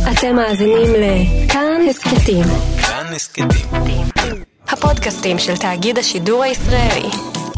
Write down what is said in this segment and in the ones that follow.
אתם מאזינים לכאן הסכתים. כאן הסכתים. הפודקאסטים של תאגיד השידור הישראלי.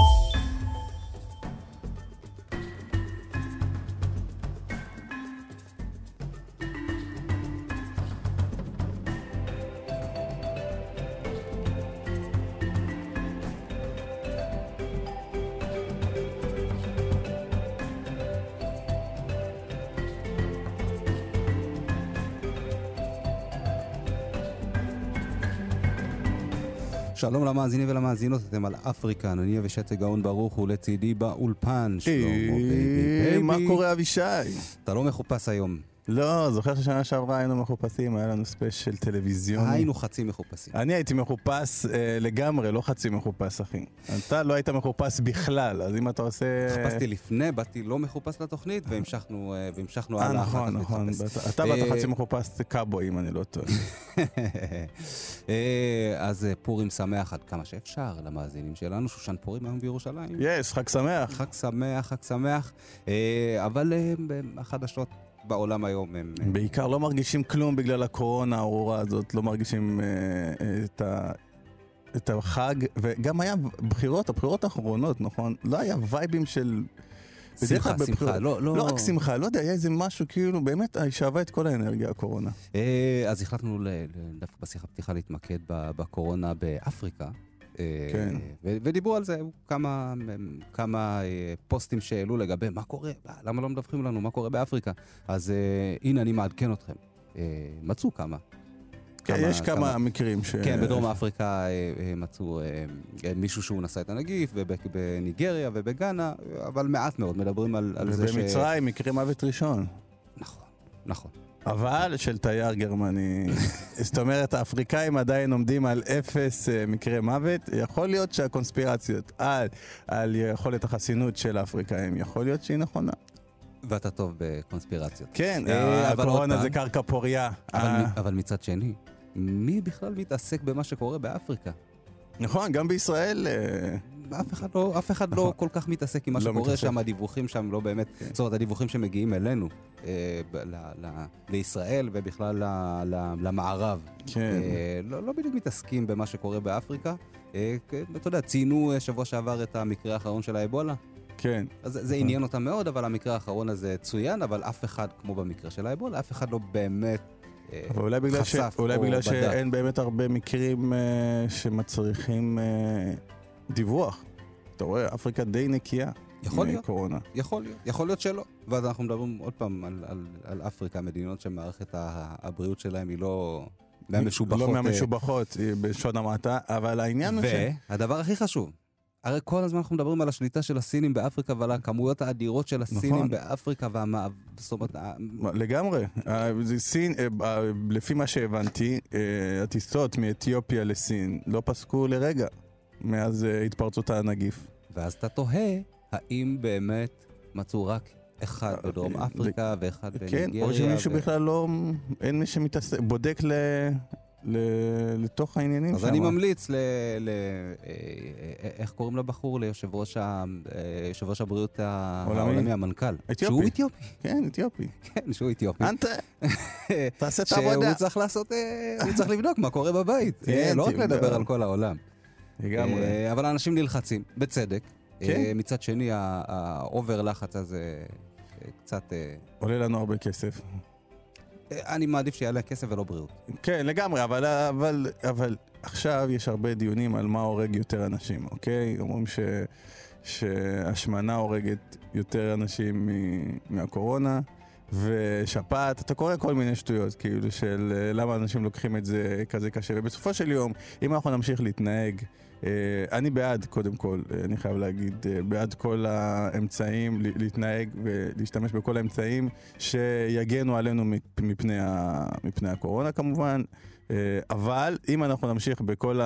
שלום למאזינים ולמאזינות, אתם על אפריקה, אני אבישי גאון ברוך ולצידי באולפן. שלום, בייבי. מה קורה אבישי? אתה לא מחופש היום. לא, זוכר ששנה שעברה היינו מחופשים, היה לנו ספיישל טלוויזיוני. היינו חצי מחופשים. אני הייתי מחופש לגמרי, לא חצי מחופש, אחי. אתה לא היית מחופש בכלל, אז אם אתה עושה... חפשתי לפני, באתי לא מחופש לתוכנית, והמשכנו הלאה. נכון. אתה באת חצי מחופש קאבוי, אם אני לא טועה. אז פורים שמח עד כמה שאפשר למאזינים שלנו. שושן פורים היום בירושלים. יש, חג שמח. חג שמח. אבל החדשות בעולם היום הם... בעיקר לא מרגישים כלום בגלל הקורונה הארורה הזאת, לא מרגישים את החג, וגם היה הבחירות האחרונות, נכון? לא היה וייבים של... שמחה, לא רק שמחה, לא יודע, היה איזה משהו כאילו, באמת, שאהבה את כל האנרגיה, הקורונה. אז החלטנו דווקא בשיחה פתיחה להתמקד בקורונה באפריקה. כן. ודיברו על זה כמה פוסטים שהעלו לגבי מה קורה, למה לא מדווחים לנו, מה קורה באפריקה. אז הנה אני מעדכן אתכם. מצאו כמה. יש כמה מקרים ש... כן, בדרום אפריקה מצאו מישהו שהוא נשא את הנגיף, בניגריה ובגאנה, אבל מעט מאוד מדברים על זה ש... ובמצרים מקרה מוות ראשון. נכון. אבל של תייר גרמני. זאת אומרת, האפריקאים עדיין עומדים על 0 מקרה מוות. יכול להיות שהקונספירציות על יכולת החסינות של האפריקאים, יכול להיות שהיא נכונה. ואתה טוב בקונספירציות. כן, הקורונה זה קרקע פוריה. אבל מצד שני, מי בכלל מתעסק במה שקורה באפריקה? נכון, גם בישראל... אף אחד לא כל כך מתעסק עם מה שקורה שם, הדיווחים שם לא באמת, זאת אומרת, הדיווחים שמגיעים אלינו, לישראל ובכלל למערב, לא בדיוק מתעסקים במה שקורה באפריקה. אתה יודע, ציינו שבוע שעבר את המקרה האחרון של האבולה. כן. אז זה עניין אותם מאוד, אבל המקרה האחרון הזה צוין, אבל אף אחד, כמו במקרה של האבולה, אף אחד לא באמת חשף או בדק. אולי בגלל שאין באמת הרבה מקרים שמצריכים דיווח. אתה רואה, אפריקה די נקייה מקורונה. יכול להיות שלא. ואז אנחנו מדברים עוד פעם על אפריקה, מדינות שמערכת הבריאות שלהם היא לא מהמשובחות. לא מהמשובחות, בשון המעטה, אבל העניין הוא והדבר הכי חשוב, הרי כל הזמן אנחנו מדברים על השליטה של הסינים באפריקה ועל הכמויות האדירות של הסינים באפריקה לגמרי. סין, לפי מה שהבנתי, הטיסות מאתיופיה לסין לא פסקו לרגע מאז התפרצות הנגיף. ואז אתה תוהה, האם באמת מצאו רק אחד בדרום אפריקה ואחד בניגריה? כן, או שמישהו בכלל לא, אין מי שמתעסק, בודק לתוך העניינים שם. אז אני ממליץ איך קוראים לבחור? ליושב ראש הבריאות העולמי, המנכ"ל. שהוא אתיופי. כן, אתיופי. כן, שהוא אתיופי. תעשה את העבודה. שהוא צריך לעשות, הוא צריך לבדוק מה קורה בבית. לא רק לדבר על כל העולם. לגמרי. אבל האנשים נלחצים, בצדק. מצד שני, האובר לחץ הזה קצת... עולה לנו הרבה כסף. אני מעדיף שיעלה כסף ולא בריאות. כן, לגמרי, אבל עכשיו יש הרבה דיונים על מה הורג יותר אנשים, אוקיי? אומרים שהשמנה הורגת יותר אנשים מהקורונה, ושפעת, אתה קורא כל מיני שטויות, כאילו של למה אנשים לוקחים את זה כזה קשה, ובסופו של יום, אם אנחנו נמשיך להתנהג, אני בעד, קודם כל, אני חייב להגיד, בעד כל האמצעים, להתנהג ולהשתמש בכל האמצעים שיגנו עלינו מפני הקורונה כמובן, אבל אם אנחנו נמשיך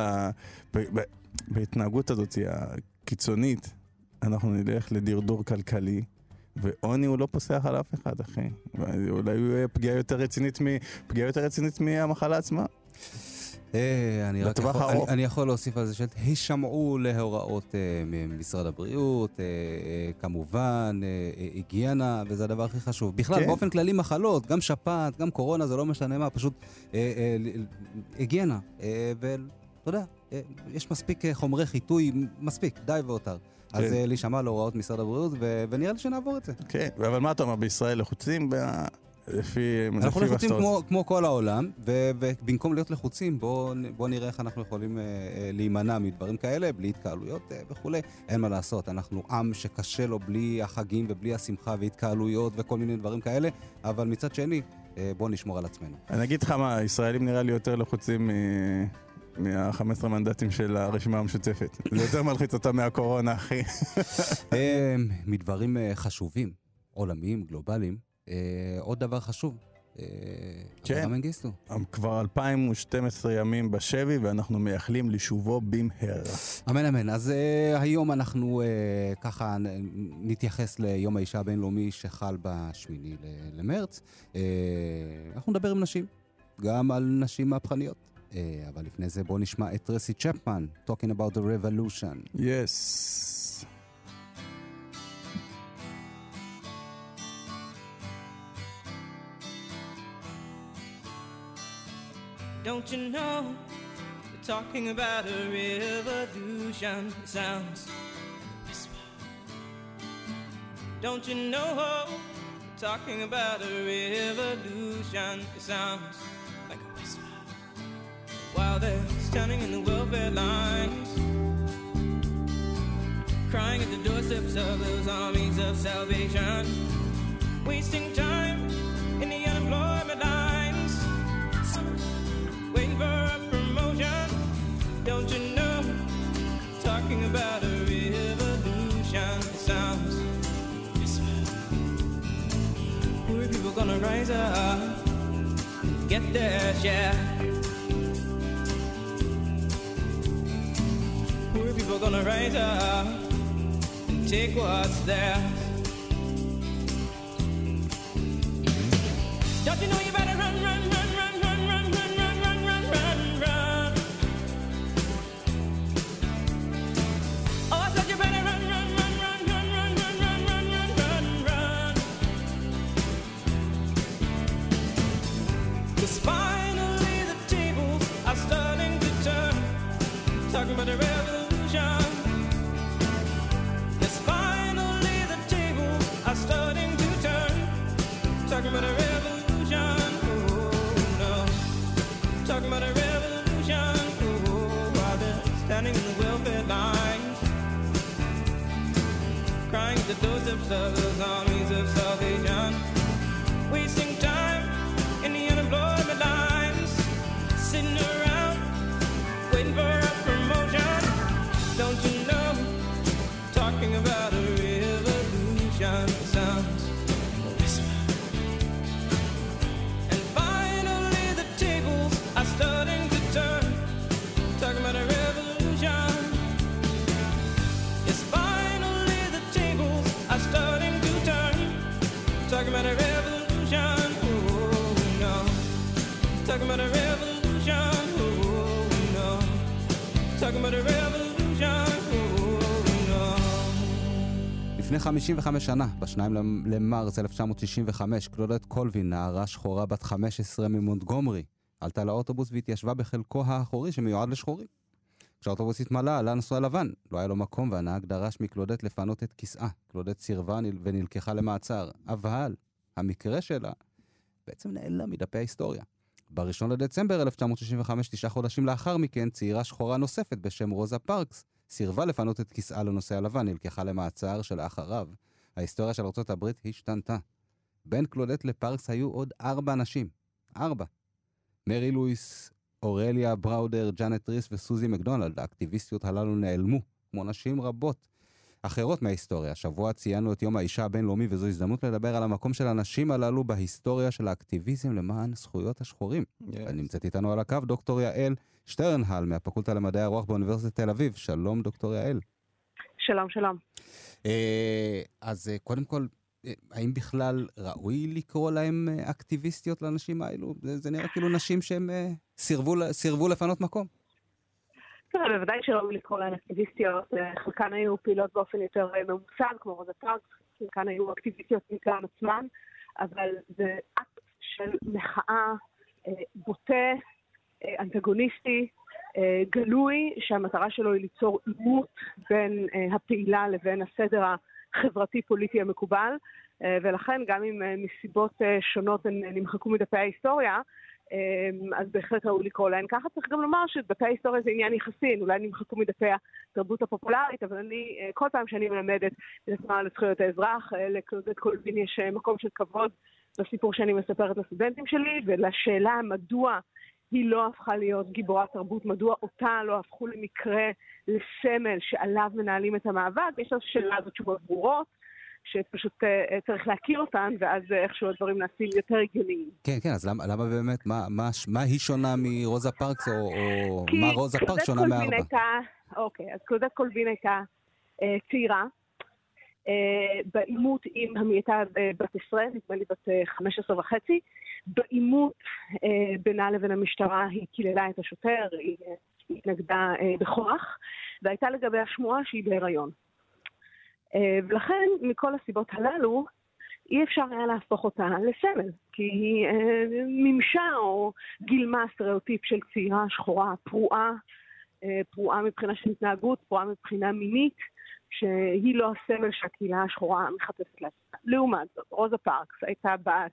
בהתנהגות הזאת הקיצונית, אנחנו נלך לדרדור כלכלי, ועוני הוא לא פוסח על אף אחד, אחי. אולי הוא יהיה פגיעה יותר רצינית מהמחלה עצמה. אני יכול להוסיף על זה שהישמעו להוראות ממשרד הבריאות, כמובן, היגיינה, וזה הדבר הכי חשוב. בכלל, באופן כללי מחלות, גם שפעת, גם קורונה, זה לא משנה מה, פשוט היגיינה. ואתה יודע, יש מספיק חומרי חיטוי, מספיק, די ואותר. אז להישמע להוראות משרד הבריאות, ונראה לי שנעבור את זה. כן, אבל מה אתה אומר, בישראל לחוצים אנחנו לחוצים כמו כל העולם, ובמקום להיות לחוצים, בוא נראה איך אנחנו יכולים להימנע מדברים כאלה, בלי התקהלויות וכו'. אין מה לעשות, אנחנו עם שקשה לו בלי החגים ובלי השמחה והתקהלויות וכל מיני דברים כאלה, אבל מצד שני, בוא נשמור על עצמנו. אני אגיד לך מה, ישראלים נראה לי יותר לחוצים מה-15 מנדטים של הרשימה המשותפת. זה יותר מלחיץ אותה מהקורונה, אחי. מדברים חשובים, עולמיים, גלובליים. עוד דבר חשוב, כן, מנגיסטו. כבר 2012 ימים בשבי, ואנחנו מייחלים לשובו במהרה. אמן אמן. אז היום אנחנו ככה נתייחס ליום האישה הבינלאומי שחל ב8 למרץ. אנחנו נדבר עם נשים, גם על נשים מהפכניות. אבל לפני זה בואו נשמע את טרסי צ'פמן, Talking about the Revolution. Yes. Don't you know, we're talking about a revolution. It sounds like a whisper. Don't you know, we're talking about a revolution. It sounds like a whisper. While they're standing in the welfare lines, crying at the doorsteps of those armies of salvation, wasting time in the unemployment lines, waiting for a promotion. Don't you know, talking about a revolution. It sounds whisper. Poor people gonna rise up, get their share. Poor people gonna rise up and take what's theirs. Don't you know you better run, run, run, run, run, run, run, run, run, run, run, run. Oh, I said you better run, run, run, run, run, run, run, run, run, run, run, run. 'Cause finally the tables are starting to turn. Talking about the revolution. Yes, finally the tables are starting to turn. Talking about a revolution. Oh no. Talking about a revolution. Oh, while they're standing in the welfare lines, crying at the doorsteps of those armies of salvation, wasting time in the unemployment lines, sitting around waiting for a promotion. Don't you know, talking about a revolution. Sounds a whisper. And finally the tables are starting to turn. Talking about a revolution. Yes, finally the tables are starting to turn. Talking about a revolution. Oh no. Talking about a revolution. Oh no. Talking about a revolution. Oh no. לפני 55 שנה, ב2 למרץ 1965, קלודט קולווין, נערה שחורה בת 15 ממונטגומרי, עלתה לאוטובוס והתיישבה בחלקו האחורי שמיועד לשחורים. כשהאוטובוס התמלא, עלה נוסע לבן. לא היה לו מקום, והנהג דרש מקלודט לפנות את כיסאה. קלודט סירבה ונלקחה למעצר. אבל המקרה שלה בעצם נעלם מדפי ההיסטוריה. ב1 לדצמבר 1965, 9 חודשים לאחר מכן, צעירה שחורה נוספת בשם רוזה פארקס סירבה לפנות את כיסאה לנוסע לבן, נלקחה למעצר שלאחריו. ההיסטוריה של ארצות הברית השתנתה. בין קלודט לפארקס היו עוד 4 נשים. 4. מרי לואיס, אורליה בראודר, ג'אנט ריס וסוזי מקדונלד. האקטיביסטיות הללו נעלמו, כמו נשים רבות אחרות מההיסטוריה. השבוע ציינו את יום האישה הבינלאומי, וזו הזדמנות לדבר על המקום של הנשים הללו בהיסטוריה של האקטיביזם למען זכויות השחורים. נמצאת איתנו על הקו דוקטור יעל שטרנהל מהפקולטה למדעי הרוח באוניברסיטת תל אביב. שלום דוקטור יעל. שלום, שלום. אז קודם כל, האם בכלל ראוי לקרוא להם אקטיביסטיות לאנשים האלו? זה נראה כאילו נשים שהם סירבו לפנות מקום. בוודאי שראוי לקרוא להן אקטיביסטיות, חלקן היו פעילות באופן יותר ממוסד, כמו רוזה פארקס, חלקן היו אקטיביסטיות מכאן עצמן, אבל זה אקט של מחאה בוטה, אנטגוניסטי, גלוי, שהמטרה שלו היא ליצור עימות בין הפעילה לבין הסדר החברתי-פוליטי המקובל, ולכן גם אם מסיבות שונות הן נמחקו מדפי ההיסטוריה, אז בהחלט ראוי לקרוא להן ככה. צריך גם לומר שדפי ההיסטוריה זה עניין יחסי, אולי נמחקו מדפי התרבות הפופולרית, אבל כל פעם שאני מלמדת את התנועה לזכויות האזרח, לקלודט קולבין יש מקום של כבוד בסיפור שאני מספרת לסטודנטים שלי, ולשאלה מדוע היא לא הפכה להיות גיבורת תרבות, מדוע אותה לא הפכו למקרה, לסמל שעליו מנהלים את המאבק, יש לו שאלה הזאת תשובות ברורות, שפשוט צריך להכיר אותן, ואז איכשהו הדברים נעשים יותר הגיוניים. כן, כן, אז למה באמת, מה היא שונה מרוזה פארקס, או מה רוזה פארקס שונה מארבע? אוקיי, אז קלודט קולבין הייתה צעירה, בעימות עם המייתה בת ישראל, נדמה לי בת 15 וחצי, בעימות בינה לבין המשטרה היא קיללה את השוטר, היא התנגדה בכוח, והייתה לגבי השמועה שהיא בהיריון. ולכן, מכל הסיבות הללו, אי אפשר היה להפוך אותה לסמל, כי היא מימשה או גילמה סטריאוטיפ של צעירה שחורה, פרועה מבחינה של התנהגות, פרועה מבחינה מינית, שהיא לא הסמל שהקהילה השחורה מחפשת לעצמה. לעומת זאת, רוזה פארקס הייתה בת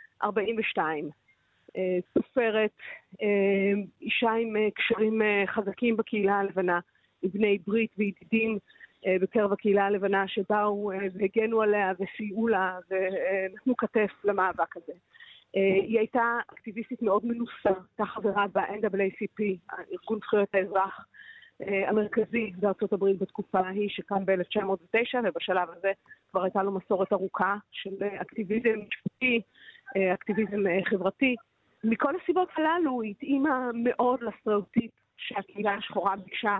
42, סופרת, אישה עם קשרים חזקים בקהילה הלבנה, בני ברית וידידים בקרב הקהילה הלבנה שבאו והגנו עליה וסייעו לה ונתנו כתף למאבק הזה. היא הייתה אקטיביסטית מאוד מנוסה, הייתה חברה ב-NAACP, ארגון זכויות האזרח המרכזי בארצות הברית בתקופה ההיא שקם ב-1909, ובשלב הזה כבר הייתה לו מסורת ארוכה של אקטיביזם משפטי, אקטיביזם חברתי. מכל הסיבות הללו היא התאימה מאוד לסטריאוטיפ שהקהילה השחורה ביקשה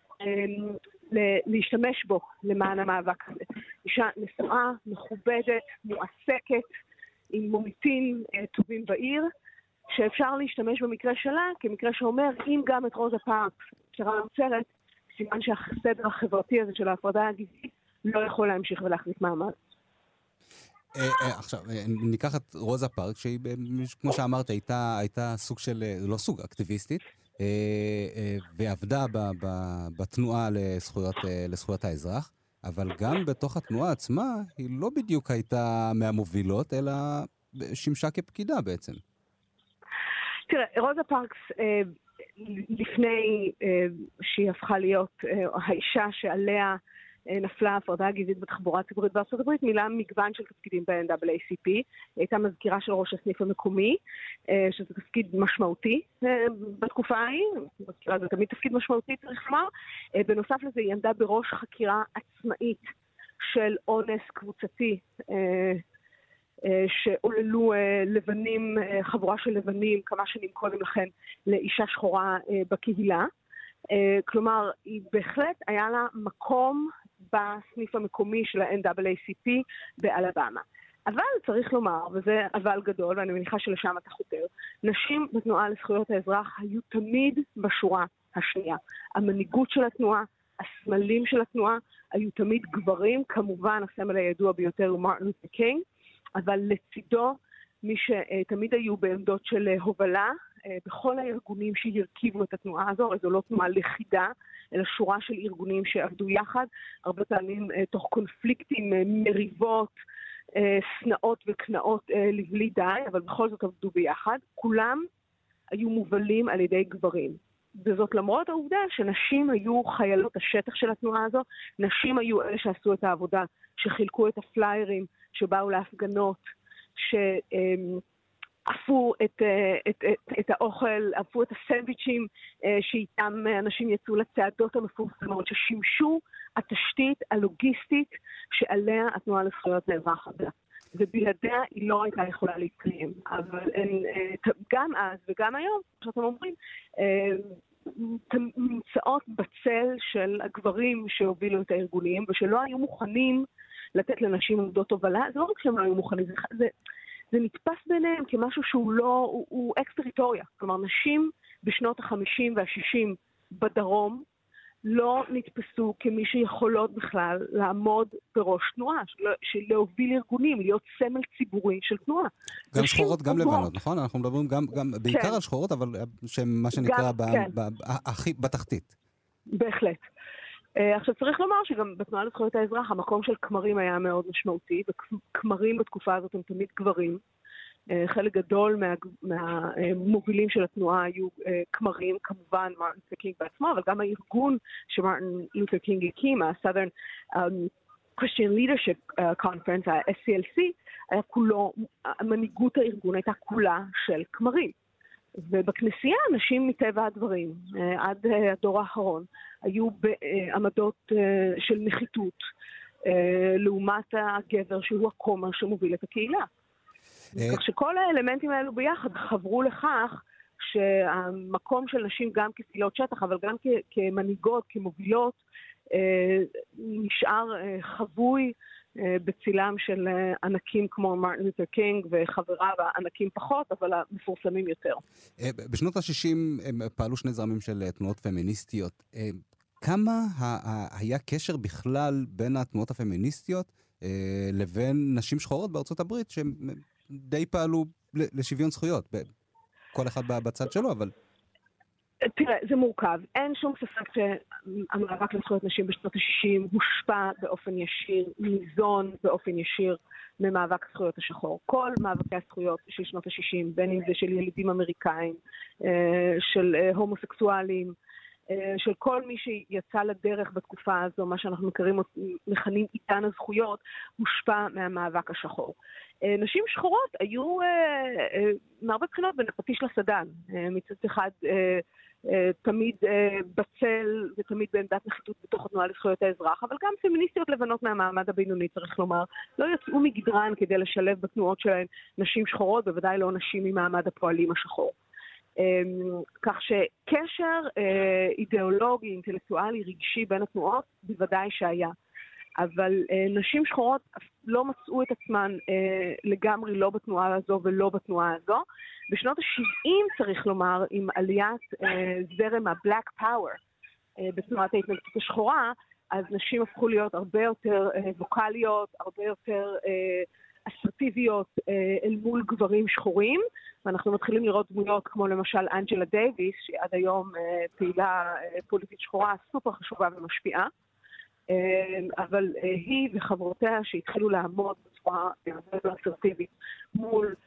להשתמש בו למען המאבק הזה. אישה נשואה, מכובדת, מועסקת, עם מוניטין טובים בעיר, שאפשר להשתמש במקרה שלה כמקרה שאומר, אם גם את רוזה פארקס שרה נוצרת, סימן שהסדר החברתי הזה של ההפרדה הגזעית לא יכול להמשיך ולהחזיק מעמד. עכשיו, ניקח את רוזה פארקס, שהיא, כמו שאמרת, הייתה סוג של, לא סוג, אקטיביסטית, ועבדה בתנועה לזכויות האזרח, אבל גם בתוך התנועה עצמה, היא לא בדיוק הייתה מהמובילות, אלא שימשה כפקידה בעצם. תראה, רוזה פארקס, לפני שהיא הפכה להיות האישה שעליה נפלה הפרדה הגזעית בתחבורה הציבורית בארצות הברית, מילה מגוון של תפקידים ב-NAACP, הייתה מזכירה של ראש הסניף המקומי, שזה תפקיד משמעותי בתקופה ההיא, מזכירה זה תמיד תפקיד משמעותי צריך לומר, בנוסף לזה היא עמדה בראש חקירה עצמאית של אונס קבוצתי, שעוללו לבנים, חבורה של לבנים, כמה שנים קודם לכן, לאישה שחורה בקהילה. כלומר, היא בהחלט היה לה מקום בסניף המקומי של ה-NAACP באלבמה. אבל צריך לומר, וזה אבל גדול, ואני מניחה שלשם אתה חותר, נשים בתנועה לזכויות האזרח היו תמיד בשורה השנייה. המנהיגות של התנועה, הסמלים של התנועה, היו תמיד גברים, כמובן הסמל הידוע ביותר הוא מרטין לותר קינג, אבל לצידו מי שתמיד היו בעמדות של הובלה, בכל הארגונים שהרכיבו את התנועה הזו, זו לא תנועה לכידה, אלא שורה של ארגונים שעבדו יחד, הרבה פעמים תוך קונפליקטים, מריבות, סנאות וקנאות לבלי די, אבל בכל זאת עבדו ביחד. כולם היו מובלים על ידי גברים. וזאת למרות העובדה שנשים היו חיילות השטח של התנועה הזו, נשים היו אלה שעשו את העבודה, שחילקו את הפליירים, שבאו להפגנות, עפו את האוכל, עפו את הסנדוויצ'ים שאיתם אנשים יצאו לצעדות המפורסמות, ששימשו התשתית הלוגיסטית שעליה התנועה לזכויות האזרח עבדה. ובלעדיה היא לא הייתה יכולה להתקיים. אבל גם אז וגם היום, שאתם אומרים, נמצאות בצל של הגברים שהובילו את הארגונים, ושלא היו מוכנים לתת לנשים עמדות הובלה, זה לא רק שהם לא היו מוכנים, זה נתפס ביניהם כמשהו שהוא לא, הוא אקס-טריטוריה. כלומר, נשים בשנות ה-50 וה-60 בדרום לא נתפסו כמי שיכולות בכלל לעמוד בראש תנועה, של להוביל ארגונים, להיות סמל ציבורי של תנועה. גם שחורות, גם לבנות, נכון? אנחנו מדברים גם בעיקר על שחורות, אבל שהם מה שנקרא הכי בתחתית. בהחלט. עכשיו צריך לומר שגם בתנועה לזכויות האזרח המקום של כמרים היה מאוד משמעותי, וכמרים בתקופה הזאת הם תמיד גברים. חלק גדול מהמובילים של התנועה היו כמרים, כמובן מרטין לותר קינג בעצמו, אבל גם הארגון שמרטין לותר קינג הקים, ה-Southern Christian Leadership Conference, ה-SCLC, היה כולו, מנהיגות הארגון הייתה כולה של כמרים. ובכנסייה אנשים מטבע הדברים, עד הדור האחרון, היו בעמדות של נחיתות, לעומת הגבר שהוא הכומר שמוביל את הקהילה. כך שכל האלמנטים האלו ביחד חברו לכך שהמקום של נשים גם כפעילות שטח, אבל גם כמנהיגות, כמובילות, נשאר חבוי בצילם של ענקים כמו מרטין לותר קינג וחבריו, הענקים פחות, אבל המפורסמים יותר. בשנות ה-60 פעלו שני זרמים של תנועות פמיניסטיות. כמה היה קשר בכלל בין התנועות הפמיניסטיות לבין נשים שחורות בארצות הברית, שהם די פעלו לשוויון זכויות, כל אחד בצד שלו, אבל... תראה, זה מורכב. אין שום ספק שהמאבק לזכויות נשים בשנות ה-60 הושפע באופן ישיר, ניזון באופן ישיר ממאבק זכויות השחור. כל מאבקי הזכויות של שנות ה-60, בין אם זה של ילידים אמריקאים, של הומוסקסואלים, של כל מי שיצא לדרך בתקופה הזו, מה שאנחנו מכנים עידן הזכויות, הושפע מהמאבק השחור. נשים שחורות היו מהרבה בחינות בין הפטיש לסדן. מצד אחד תמיד בצל ותמיד בעמדת נחיתות בתוך התנועה לזכויות האזרח, אבל גם פמיניסטיות לבנות מהמעמד הבינוני, צריך לומר, לא יצאו מגדרן כדי לשלב בתנועות שלהן נשים שחורות, בוודאי לא נשים ממעמד הפועלים השחור. כך שקשר אידיאולוגי, אינטלקטואלי, רגשי בין התנועות, בוודאי שהיה. אבל נשים שחורות לא מצאו את עצמן לגמרי לא בתנועה הזו ולא בתנועה הזו. בשנות ה-70 צריך לומר, עם עליית זרם ה-Black Power בתנועת ההתנגדות השחורה, אז נשים הפכו להיות הרבה יותר ווקליות, הרבה יותר אסרטיביות אל מול גברים שחורים, ואנחנו מתחילים לראות דמויות כמו למשל אנג'לה דייביס, שעד היום פעילה פוליטית שחורה סופר חשובה ומשפיעה, אבל היא וחברותיה שהתחילו לעמוד בצורה יותר אסרטיבית מול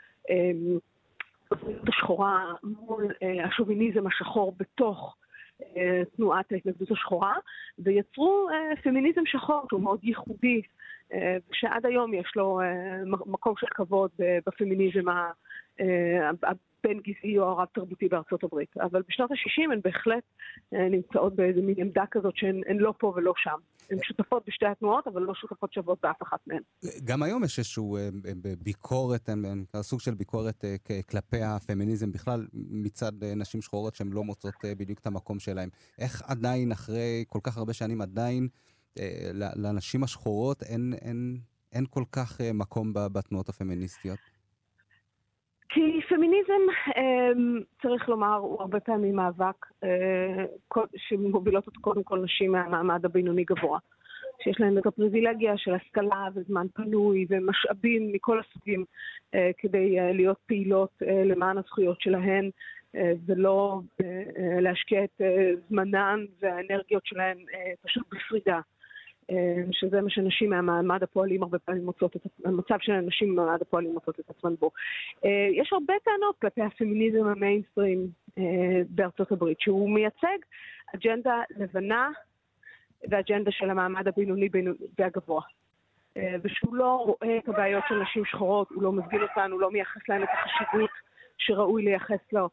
השחורה, מול השוביניזם השחור בתוך תנועת ההתנגדות השחורה, ויצרו פמיניזם שחור שהוא מאוד ייחודי, שעד היום יש לו מקום של כבוד בפמיניזם הבין-גזעי או הרב-תרבותי בארצות הברית. אבל בשנות ה-60 הן בהחלט נמצאות באיזו מין עמדה כזאת שהן לא פה ולא שם. הן שותפות בשתי התנועות, אבל לא שותפות שוות באף אחת מהן. גם היום יש איזשהו ביקורת, סוג של ביקורת כלפי הפמיניזם בכלל, מצד נשים שחורות שהן לא מוצאות בדיוק את המקום שלהן. איך עדיין, אחרי כל כך הרבה שנים, עדיין לאנשים השחורות אין כל כך מקום בתנועות הפמיניסטיות? כי פמיניזם, צריך לומר, הוא הרבה פעמים מאבק שמובילות אותו קודם כל נשים מהמעמד הבינוני גבוה, שיש להן את הפריבילגיה של השכלה וזמן פנוי ומשאבים מכל הסוגים כדי להיות פעילות למען הזכויות שלהן, ולא להשקיע את זמנן והאנרגיות שלהן פשוט בפרידה. שזה מה שנשים מהמעמד הפועלים הרבה פעמים מוצאות את המצב של אנשים מהמעמד הפועלים מוצאות את עצמן בו. יש הרבה טענות כלפי הפמיניזם המיינסטרים בארצות הברית, שהוא מייצג אג'נדה לבנה ואג'נדה של המעמד הבינוני והגבוה. ושהוא לא רואה את הבעיות של נשים שחורות, הוא לא מבין אותן, הוא לא מייחס להן את החשיבות שראוי לייחס לו.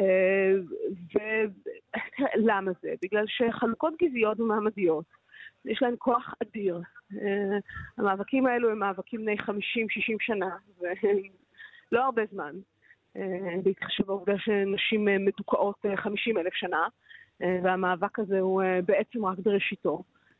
ולמה זה? בגלל שחלוקות גזעיות ומעמדיות יש להן כוח אדיר. המאבקים האלו הם מאבקים בני 50-60 שנה, ולא הרבה זמן. בהתחשב בעובדה שנשים מדוכאות 50,000 שנה, והמאבק הזה הוא בעצם רק בראשיתו.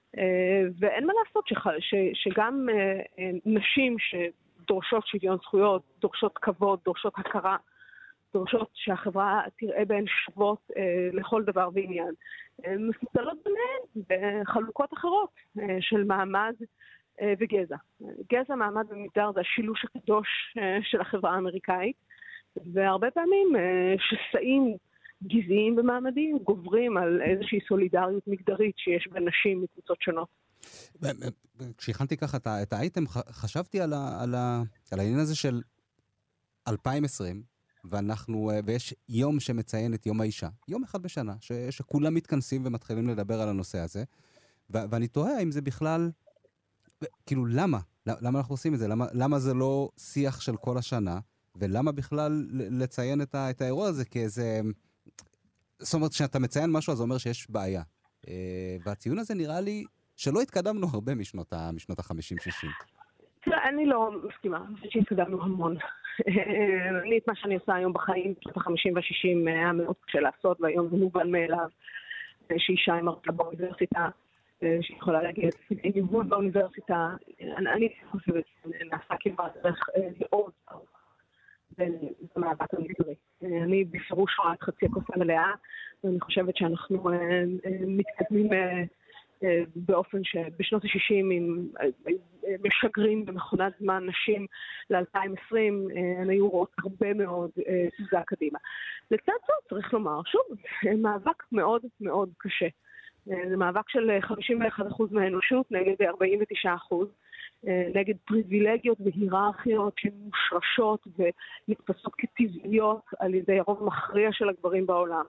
ואין מה לעשות שגם נשים שדורשות שוויון זכויות, דורשות כבוד, דורשות הכרה, דורשות שהחברה תראה בהן שוות לכל דבר ועניין, מפוצלות ביניהן בחלוקות אחרות של מעמד וגזע. גזע, מעמד ומגדר זה השילוש הקדוש של החברה האמריקאית, והרבה פעמים שסעים גזעיים ומעמדיים גוברים על איזושהי סולידריות מגדרית שיש בין נשים מקבוצות שונות. כשהכנתי ככה את האייטם, חשבתי על העניין הזה של 2020, ויש יום שמציין את יום האישה, יום אחד בשנה, שכולם מתכנסים ומתחילים לדבר על הנושא הזה, ואני תוהה אם זה בכלל, כאילו למה אנחנו עושים את זה? למה זה לא שיח של כל השנה, ולמה בכלל לציין את האירוע הזה כאיזה, זאת אומרת, כשאתה מציין משהו, אז זה אומר שיש בעיה. והציון הזה נראה לי שלא התקדמנו הרבה משנות ה-50-60. תראה, אני לא מסכימה, אני חושבת שהתקדמנו המון. אני את מה שאני עושה היום בחיים, בשנות ה-50 וה-60 היה מאוד קשה לעשות, והיום זה מובן מאליו, שאישה עם הרצאה באוניברסיטה, שיכולה להגיד את ניהול באוניברסיטה. אני חושבת שנעשה כמעט דרך מאוד ארוך. זה מאבק המגדרי. אני בפירוש רואה את חצי הכוס המלאה, ואני חושבת שאנחנו מתקדמים באופן שבשנות ה-60 משגרים במכונת זמן נשים ל-2020, הן היו רואות הרבה מאוד תזוזה קדימה. לצד זאת צריך לומר, שוב, מאבק מאוד מאוד קשה. זה מאבק של 51% מהאנושות נגד 49%, נגד פריבילגיות והיררכיות שמושרשות ונתפסות כטבעיות על ידי הרוב המכריע של הגברים בעולם.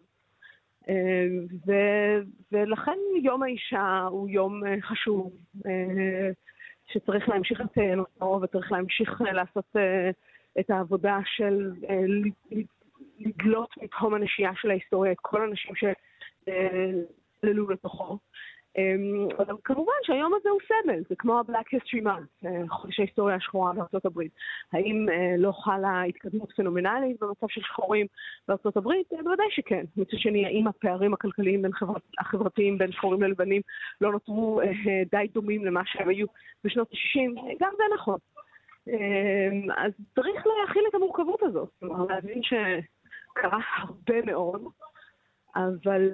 ולכן יום האישה הוא יום חשוב, שצריך להמשיך לציין אותו, וצריך להמשיך לעשות את העבודה של לגלות מתהום הנשייה של ההיסטוריה, את כל האנשים שללו לתוכו. אבל כמובן שהיום הזה הוא סמל, זה כמו ה-Black History Month, חודש ההיסטוריה השחורה בארצות הברית. האם לא חלה התקדמות פנומנלית במצב של שחורים בארצות הברית? בוודאי שכן. מצד שני, האם הפערים הכלכליים החברתיים בין שחורים ללבנים לא נותרו די דומים למה שהם היו בשנות ה-60? גם זה נכון. אז צריך להכיל את המורכבות הזאת, כלומר להבין שקרה הרבה מאוד, אבל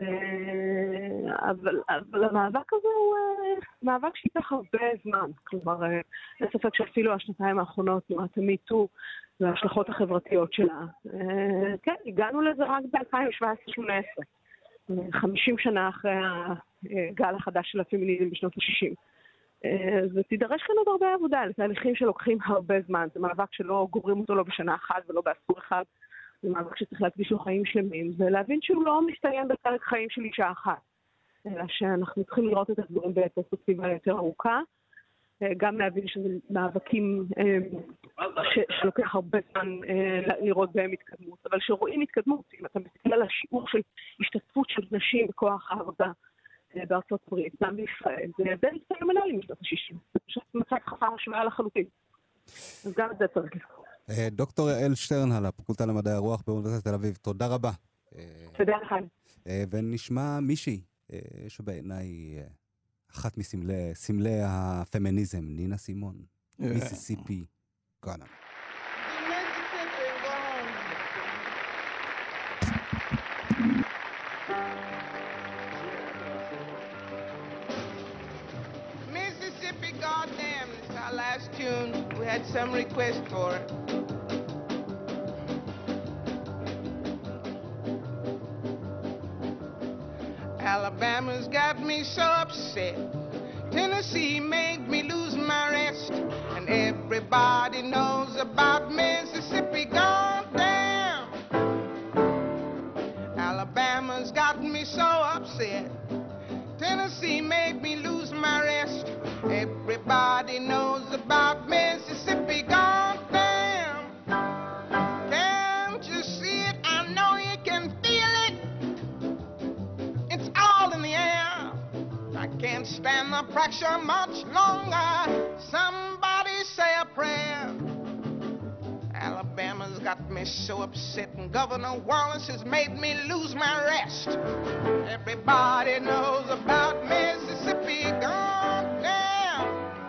המאבק הזה הוא מאבק שייקח הרבה זמן. כלומר, אין ספק שאפילו השנתיים האחרונות, תנועת המיטו וההשלכות החברתיות שלה, כן, הגענו לזה רק ב-2017-2018, 50 שנה אחרי הגל החדש של הפמיניזם בשנות ה-60. ותידרש כאן עוד הרבה עבודה, לתהליכים שלוקחים הרבה זמן. זה מאבק שלא גומרים אותו לא בשנה אחת ולא בעשור אחד, זה מאבק שצריך להקדיש לו חיים שלמים, ולהבין שהוא לא מסתיים בפרק חיים של אישה אחת, אלא שאנחנו צריכים לראות את הדברים בפרספקטיבה יותר ארוכה, גם להבין שזה מאבקים שלוקח הרבה זמן לראות בהם התקדמות, אבל שרואים התקדמות, אם אתה מסתכל על השיעור של השתתפות של נשים בכוח העבודה בארצות הברית, גם בישראל, זה די פנומנלי משנות ה-60, זה פשוט מצב חסר השוואה לחלוטין, אז גם את זה צריך לזכור. דוקטור יעל שטרנהל, הפקולטה למדעי הרוח באוניברסיטת תל אביב, תודה רבה. תודה לך. ונשמע מישהי שבעיניי אחת מסמלי הפמיניזם, נינה סימון, מיסיסיפי גונה. Mississippi, goddamn, this is our last tune. We had some request for it. Alabama's got me so upset. Tennessee made me lose my rest. And everybody knows about Mississippi, goddamn. Alabama's got me so upset. Tennessee made me lose my rest. Everybody knows about Mississippi, goddamn. Can't you see it? I know you can feel it. It's all in the air. I can't stand the pressure much longer. Somebody say a prayer. Alabama's got me so upset, and Governor Wallace has made me lose my rest. Everybody knows about Mississippi gone down.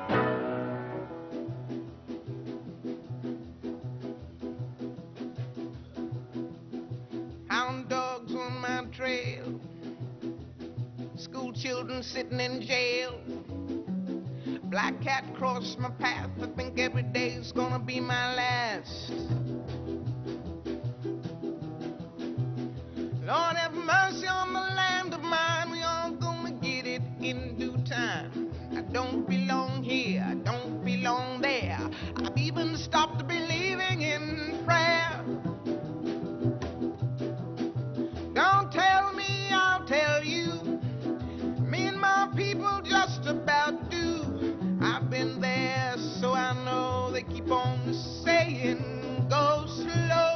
Hound dogs on my trail, school children sitting in jail. Black cat crossed my path. I think every day's gonna be my last. Lord have mercy on the land of mine. We all gonna get it in due time. I don't belong here, I don't belong there. I've even stopped believing in prayer. Don't tell me, I'll tell you. Me and my people just about do. I've been there, so I know they keep on saying, go slow.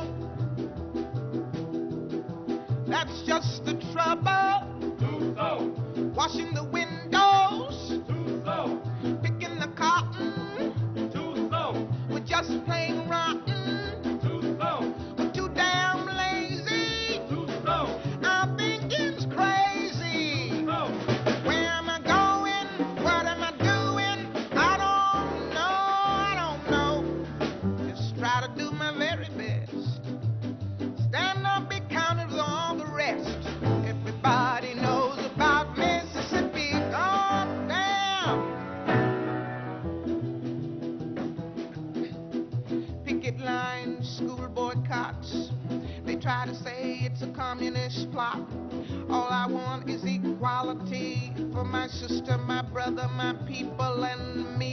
That's just the trouble. Too slow. Washing the windows. Too slow. Picking the cotton. Too slow. We're just plain rotten. Too slow. We're too damn lazy. Too slow. Our thinking's crazy. Too slow. Where am I going? What am I doing? I don't know. Just try to do my very best. Stand up, be counted with all the rest. Everybody knows about Mississippi gone down. Picket lines, school boycotts. They try to say it's a communist plot. All I want is equality for my sister, my brother, my people, and me.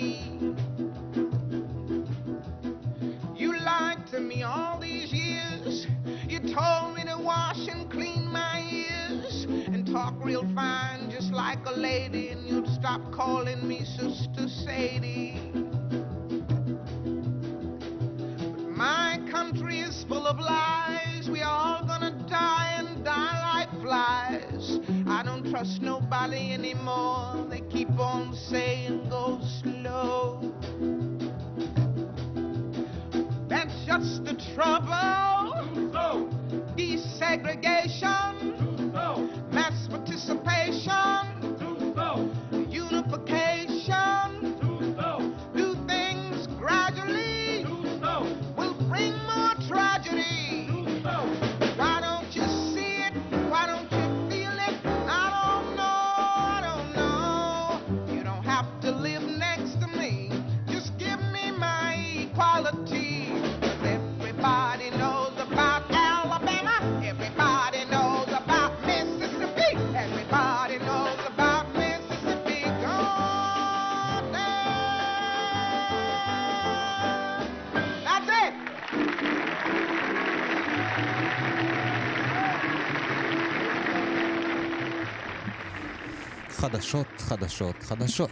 You lied to me all these years. You told me to wash and clean my ears and talk real fine just like a lady, and you'd stop calling me Sister Sadie. But my country is full of lies. We all gonna die and die like flies. I don't trust nobody anymore. They keep on saying go slow. That's just the trouble. Desegregation, mass participation, unification, do things gradually, will bring more tragedy. Why don't you see it? Why don't you feel it? I don't know. You don't have to live next to me. Just give me my equality. 'Cause everybody knows about Alabama. Everybody knows about Mississippi. Everybody knows about Mississippi gone down. That's it. חדשות.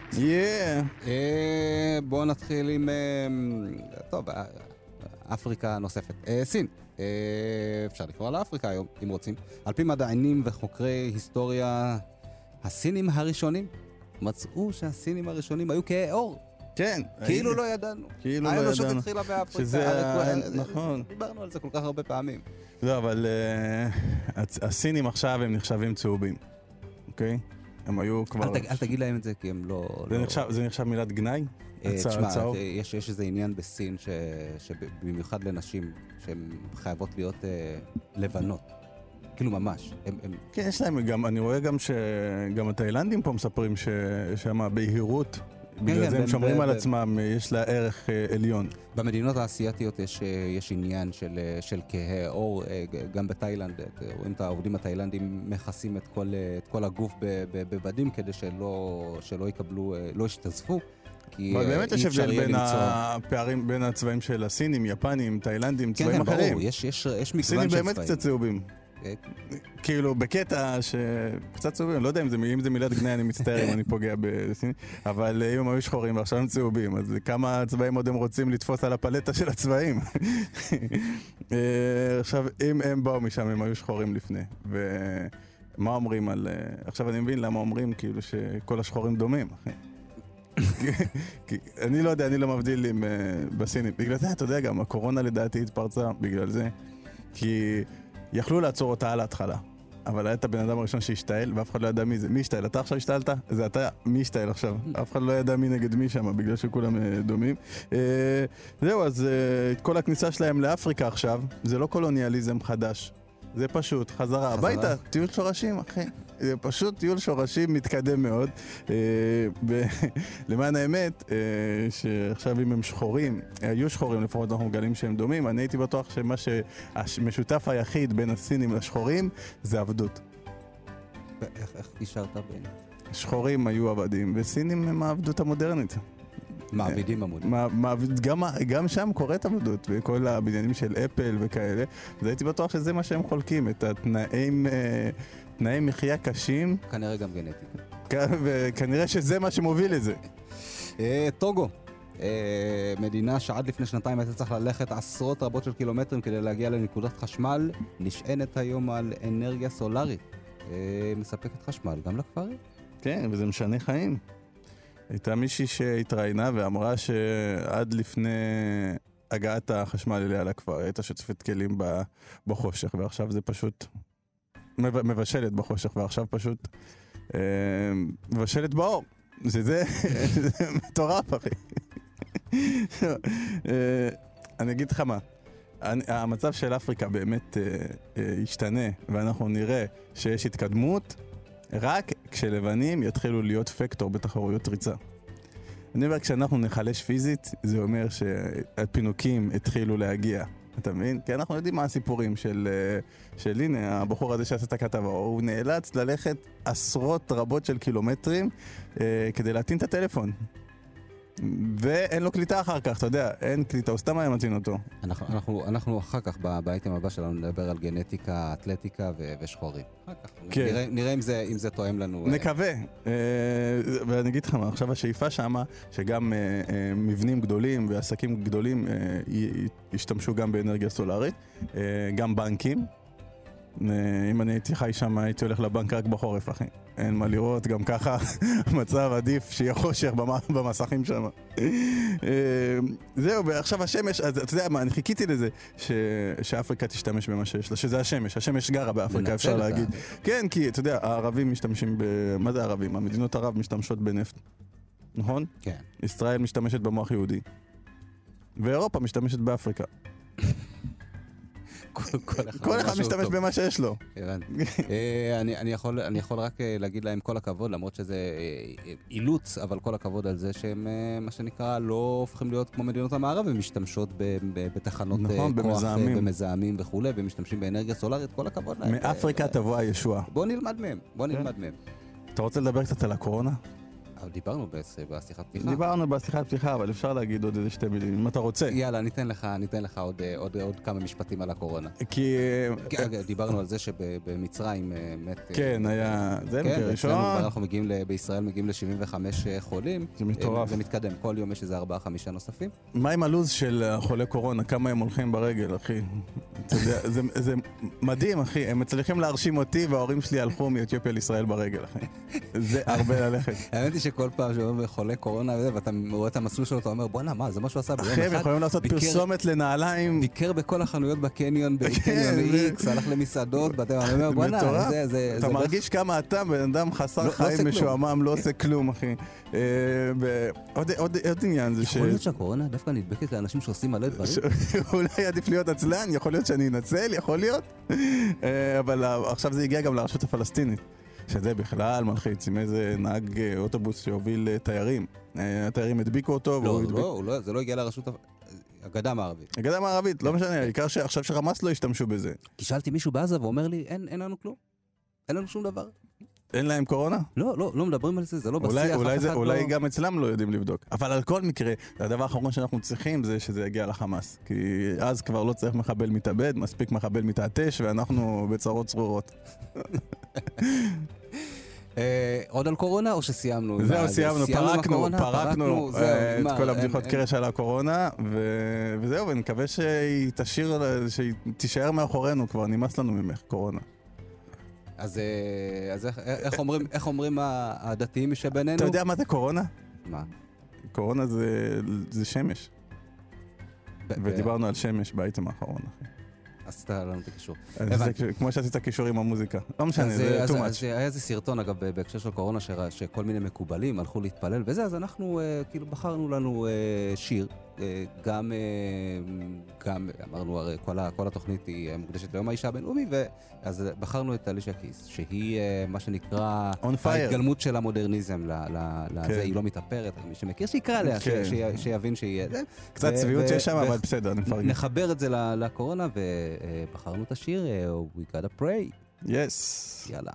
בואו נתחיל עם... טוב, אפריקה נוספת. סין. אפשר לקרוא על אפריקה היום, אם רוצים. על פי מדענים וחוקרי היסטוריה, הסינים הראשונים מצאו שהסינים הראשונים היו כהי עור. כן. כאילו לא ידענו. האנושות התחילה באפריקה. נכון. דיברנו על זה כל כך הרבה פעמים. לא, אבל הסינים עכשיו הם נחשבים צהובים. אוקיי? הם היו כבר... אל תגיד להם את זה, כי הם לא... זה נחשב מילת גנאי? תשמע, יש איזה עניין בסין שבמיוחד לנשים שהן חייבות להיות לבנות. כאילו ממש. כן, יש להם גם, אני רואה גם שגם התאילנדים פה מספרים ששם בהירות, בגלל זה הם שומרים על עצמם, יש לה ערך עליון. במדינות האסייתיות יש עניין של כהי עור, גם בתאילנד, רואים את העובדים התאילנדים מכסים את כל הגוף בבדים כדי שלא יקבלו, לא ישתזפו. אבל באמת יש הבדל בין הפערים בין הצבעים של הסינים, יפנים, תאילנדים, צבעים אחרים. יש מגוון של צבעים. סינים באמת קצת צהובים. כאילו בקטע שקצת צהובים, לא יודע אם זה מילת גנאי, אני מצטער אם אני פוגע בסינים, אבל אם הם היו שחורים ועכשיו הם צהובים, אז כמה צבעים עוד הם רוצים לתפוס על הפלטה של הצבעים? עכשיו, אם הם באו משם, הם היו שחורים לפני. ומה אומרים על... עכשיו אני מבין למה אומרים כאילו שכל השחורים דומים. אני לא יודע, אני לא מבדיל עם בסינית. בגלל זה, אתה יודע, גם הקורונה לדעתי התפרצה בגלל זה. כי יכלו לעצור אותה על ההתחלה. אבל היה את הבן אדם הראשון שהשתעל, ואף אחד לא ידע מי זה. מי השתעל? אתה עכשיו השתעלת? זה אתה, מי השתעל עכשיו? אף אחד לא ידע מי נגד מי שם, בגלל שכולם דומים. זהו, אז כל הכניסה שלהם לאפריקה עכשיו, זה לא קולוניאליזם חדש. זה פשוט חזרה הביתה, טיול שורשים, אחי. זה פשוט טיול שורשים מתקדם מאוד. למען האמת, שעכשיו אם הם שחורים, היו שחורים לפחות, אנחנו מגלים שהם דומים, אני הייתי בטוח שמה שהמשותף היחיד בין הסינים לשחורים זה עבדות. איך נשארת בין? שחורים היו עבדים, וסינים הם העבדות המודרנית. מעבידים עמודים. גם שם קורית עבדות, בכל הבניינים של אפל וכאלה, אז הייתי בטוח שזה מה שהם חולקים, את תנאי מחיה קשים. כנראה גם גנטיקה. וכנראה שזה מה שמוביל לזה. טוגו. מדינה שעד לפני שנתיים הייתה צריך ללכת עשרות רבות של קילומטרים כדי להגיע לנקודת חשמל, נשענת היום על אנרגיה סולארית. מספקת חשמל גם לכפרים. כן, וזה משנה חיים. הייתה מישהי שהתראיינה ואמרה שעד לפני הגעת החשמל אליה לכפר, הייתה שצפת כלים בחושך, ועכשיו זה פשוט מבשלת בחושך, ועכשיו פשוט מבשלת באור. זה מטורף, אחי. אני אגיד לך מה, המצב של אפריקה באמת ישתנה, ואנחנו נראה שיש התקדמות, רק כשלבנים יתחילו להיות פקטור בתחרויות ריצה. אני אומר, כשאנחנו נחלש פיזית, זה אומר שהפינוקים התחילו להגיע. אתה מבין? כי אנחנו יודעים מה הסיפורים של הנה, הבחור הזה שעשה את הכתבה. הוא נאלץ ללכת עשרות רבות של קילומטרים כדי להטעין את הטלפון. ואין לו קליטה אחר כך, אתה יודע, אין קליטה, הוא סתם היה מטעין אותו. אנחנו אחר כך, באייטם הבא שלנו, נדבר על גנטיקה, אתלטיקה ושחורים. אחר כך. כן. נראה אם זה תואם לנו. נקווה. ואני אגיד לך מה, עכשיו השאיפה שמה, שגם מבנים גדולים ועסקים גדולים ישתמשו גם באנרגיה סולארית, גם בנקים. אם אני הייתי חי שם, הייתי הולך לבנק רק בחורף, אחי. אין מה לראות, גם ככה מצב עדיף שיהיה חושך במסכים שם. זהו, ועכשיו השמש, אז אתה יודע מה, אני חיכיתי לזה שאפריקה תשתמש במה שיש לה, שזה השמש. השמש גרה באפריקה, אפשר להגיד. כן, כי אתה יודע, הערבים משתמשים מה זה הערבים? המדינות ערב משתמשות בנפט, נכון? כן. ישראל משתמשת במוח יהודי. ואירופה משתמשת באפריקה. כל אחד משתמש במה שיש לו. אני יכול רק להגיד להם כל הכבוד, למרות שזה אילוץ, אבל כל הכבוד על זה שהם, מה שנקרא, לא הופכים להיות כמו מדינות המערב, הם משתמשות בתחנות כוח במזהמים וכו', והם משתמשים באנרגיה סולארית, כל הכבוד להם. מאפריקה תבוא הישועה. בוא נלמד מהם. אתה רוצה לדבר קצת על הקורונה? דיברנו בשיחת פתיחה. דיברנו בשיחת פתיחה, אבל אפשר להגיד עוד איזה שתי מילים, אם אתה רוצה. יאללה, ניתן לך עוד כמה משפטים על הקורונה. כי דיברנו על זה שבמצרים מת... כן, היה... זה מקרה ראשון. אנחנו בישראל מגיעים ל-75 חולים. זה מטורף. זה מתקדם. כל יום יש איזה 4-5 נוספים. מה עם הלוז של חולי קורונה? כמה הם הולכים ברגל, אחי? זה מדהים, אחי. הם מצליחים להרשים אותי, וההורים שלי הלכו מאתיופיה לישראל ברגל, אחי. זה הרבה ללכת. האמת היא שכל פעם שאומרים חולה קורונה ואתה רואה את המסלול שלו, אתה אומר, בוא'נה, מה, זה מה שהוא עשה ביום אחד? אחי, הם יכולים לעשות פרסומת לנעליים. ביקר בכל החנויות בקניון, בקניון איקס, הלך למסעות, ואתה אומר, בוא'נה, זה... אתה מרגיש כמה אתה, בן אדם חסר חיים משועמם, לא עושה כלום, אחי. עוד עניין זה ש... יכול להיות שהקורונה דווקא נדבקת לאנשים שעושים מלא דברים? אולי עדיף להיות עצלן, יכול להיות שאני אנצל, יכול להיות. אבל עכשיו זה הגיע גם לרשות הפלסטינית. שזה בכלל מלחיץ, עם איזה נהג אוטובוס שהוביל תיירים. התיירים הדביקו אותו. לא, זה לא הגיע לרשות הגדה המערבית. הגדה המערבית, לא משנה, העיקר שעכשיו שחמאס לא ישתמשו בזה. כי שאלתי מישהו בעזה ואומר לי, אין לנו כלום. אין לנו שום דבר. אין להם קורונה? לא מדברים על זה, זה לא בשיח. אולי גם אצלם לא יודעים לבדוק. אבל על כל מקרה, הדבר האחרון שאנחנו צריכים זה שזה יגיע לחמאס. כי אז כבר לא צריך מחבל מתאבד, מספיק מחבל מתעטש, ואנחנו בצרות צרורות. עוד על קורונה או שסיימנו? זהו, סיימנו, פרקנו את כל הבדיחות קרש על הקורונה, וזהו, ונקווה שהיא תישאר מאחורינו, כבר נמאס לנו ממך, קורונה. אז איך אומרים הדתיים שבינינו? אתה יודע מה זה קורונה? מה? קורונה זה שמש. ודיברנו על שמש באייטם האחרון, אחי. עשית לנו את הקישור. כמו שעשית קישור עם המוזיקה. לא משנה, זה too much. אז היה איזה סרטון, אגב, בהקשר של קורונה, שכל מיני מקובלים הלכו להתפלל וזה, אז אנחנו כאילו בחרנו לנו שיר, גם אמרנו, הרי כל התוכנית היא מוקדשת ליום האישה הבינלאומי, אז בחרנו את אלישה קיס, שהיא מה שנקרא ההתגלמות של המודרניזם לזה, היא לא מתאפרת, מי שמכיר שיקרא עליה, שיבין שהיא... קצת צביעות שיש שם, אבל בסדר, אני מפרגן. נחבר את זה לקורונה, ובחרנו את השיר We Gotta Pray. Yes. יאללה.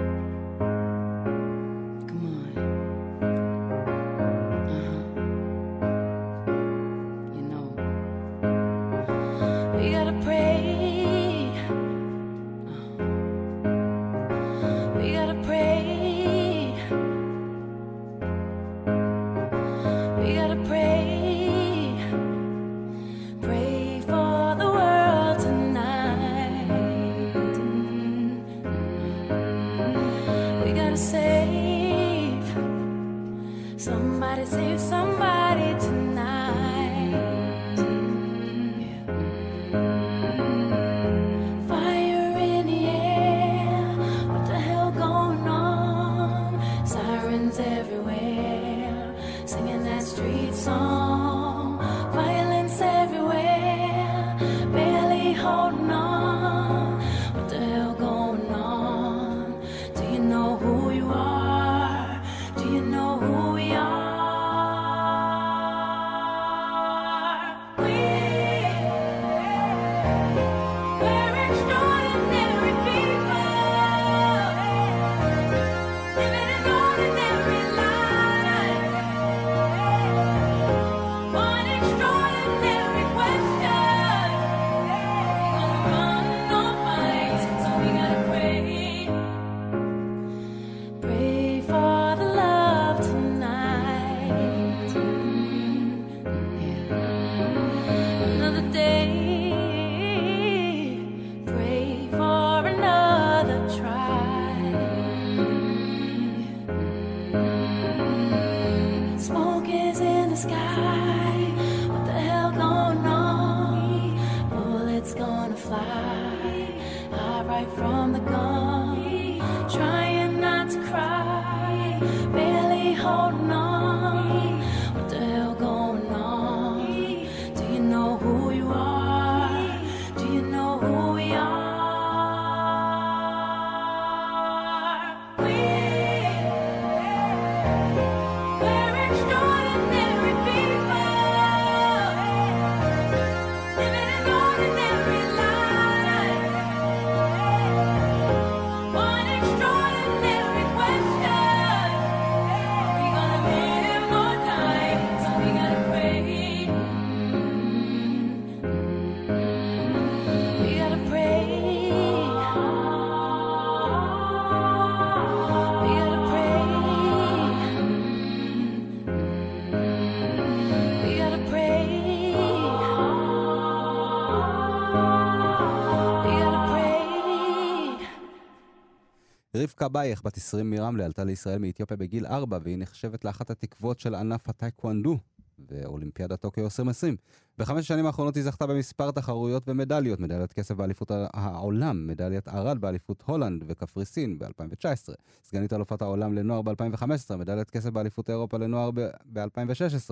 רבקה בייך, בת 20 מרמלה, עלתה לישראל מאתיופיה בגיל 4, והיא נחשבת לאחת התקוות של ענף הטייקוונדו ואולימפיאדת טוקיו 2020. ב5 השנים האחרונות היא זכתה במספר תחרויות ומדליות, מדליית כסף באליפות העולם, מדליית ארד באליפות הולנד וקפריסין ב-2019, סגנית אלופת העולם לנוער ב-2015, מדליית כסף באליפות אירופה לנוער ב-2016.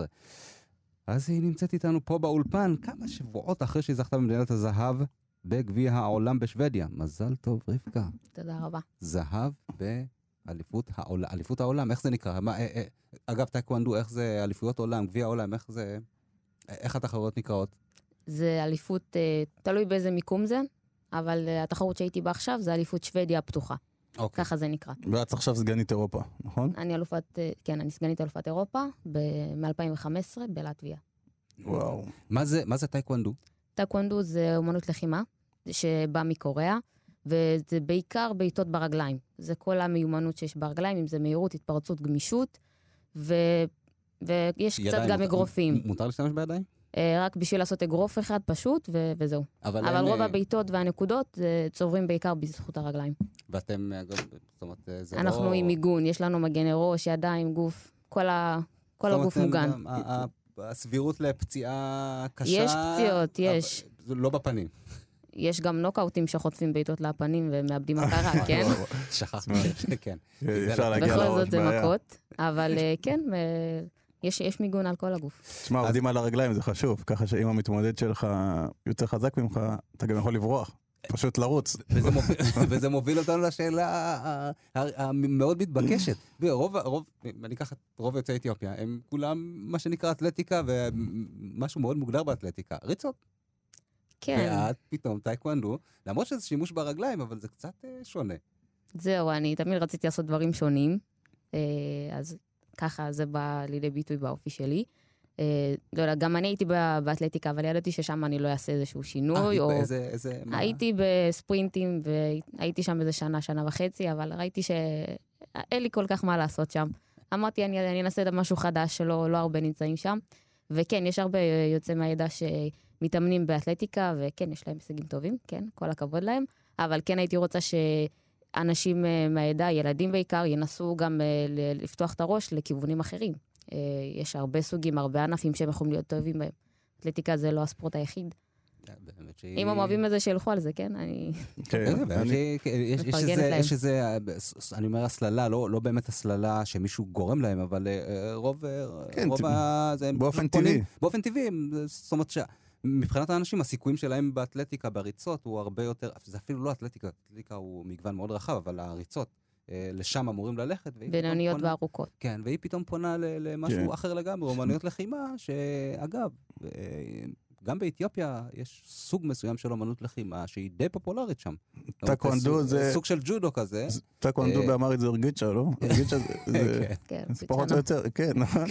אז היא נמצאת איתנו פה באולפן כמה שבועות אחרי שהיא זכתה במדליית הזהב בגביע העולם בשוודיה. מזל טוב, רבקה. תודה רבה. זהב באליפות העולם, איך זה נקרא? אגב, טייקוונדו, איך זה אליפויות עולם, גביע העולם, איך התחרויות נקראות? זה אליפות, תלוי באיזה מיקום זה, אבל התחרות שהייתי בה עכשיו זה אליפות שוודיה הפתוחה. ככה זה נקרא. ואת עכשיו סגנית אירופה, נכון? אני סגנית אלופת אירופה מ-2015 בלטביה. וואו. מה זה טייקוונדו? טייקוונדו זה אומנות לחימה, שבא מקוריאה, וזה בעיקר בעיטות ברגליים. זה כל המיומנות שיש ברגליים, אם זה מהירות, התפרצות, גמישות, ויש קצת גם אגרופים. מותר להשתמש בידיים? רק בשביל לעשות אגרוף אחד פשוט, וזהו. אבל רוב הבעיטות והנקודות צוברים בעיקר בזכות הרגליים. ואתם, זאת אומרת, זה לא... אנחנו עם מיגון, יש לנו מגני ראש, ידיים, גוף, כל הגוף מוגן. הסבירות לפציעה קשה... יש פציעות, יש. לא בפנים. יש גם נוקאוטים שחוטפים בעיטות לפנים ומאבדים הכרה, כן? שכחתי, כן. אפשר להגיע בכל לראש, זאת זה בעיה. מכות, אבל כן, יש מיגון על כל הגוף. תשמע, עובדים על הרגליים, זה חשוב, ככה שאם המתמודד שלך יותר חזק ממך, אתה גם יכול לברוח, פשוט לרוץ. וזה מוביל אותנו לשאלה המאוד מתבקשת. אני אקח את רוב יוצאי אתיופיה, הם כולם מה שנקרא אתלטיקה, ומשהו מאוד מוגדר באתלטיקה, ריצות. כן. ואת פתאום טייקוונדו, למרות שזה שימוש ברגליים, אבל זה קצת שונה. זהו, אני תמיד רציתי לעשות דברים שונים, אז ככה זה בא לידי ביטוי באופי שלי. לא יודע, גם אני הייתי באתלטיקה, אבל ידעתי ששם אני לא אעשה איזשהו שינוי, או... הייתי בספרינטים, והייתי שם איזה שנה וחצי, אבל ראיתי שאין לי כל כך מה לעשות שם. אמרתי, אני אנסה משהו חדש שלא הרבה נמצאים שם, וכן, יש הרבה יוצא מהידע שמתאמנים באתלטיקה, וכן, יש להם הישגים טובים, כן, כל הכבוד להם, אבל כן הייתי רוצה שאנשים מהידע, ילדים בעיקר, ינסו גם לפתוח את הראש לכיוונים אחרים. יש הרבה סוגים, הרבה ענפים שהם יכולים להיות טובים בהם. אתלטיקה זה לא הספורט היחיד. אם הם אוהבים את זה, שילכו על זה, כן? יש איזה, אני אומר הסללה, לא באמת הסללה שמישהו גורם להם, אבל רוב באופן טבעי. באופן טבעי, זאת אומרת מבחינת האנשים, הסיכויים שלהם באתלטיקה, בריצות, הוא הרבה יותר, זה אפילו לא אתלטיקה, אתלטיקה הוא מגוון מאוד רחב, אבל הריצות, לשם אמורים ללכת. בינוניות וארוכות. כן, והיא פתאום פונה למשהו אחר לגמרי, אומנויות לחימה, שאגב, גם באתיופיה יש סוג מסוים של אומנות לחימה, שהיא די פופולרית שם. טקוונדו זה... סוג של ג'ודו כזה. טקוונדו באמרית זה הרגיצ'ה, לא? הרגיצ'ה זה פחות או יותר, כן, נכון?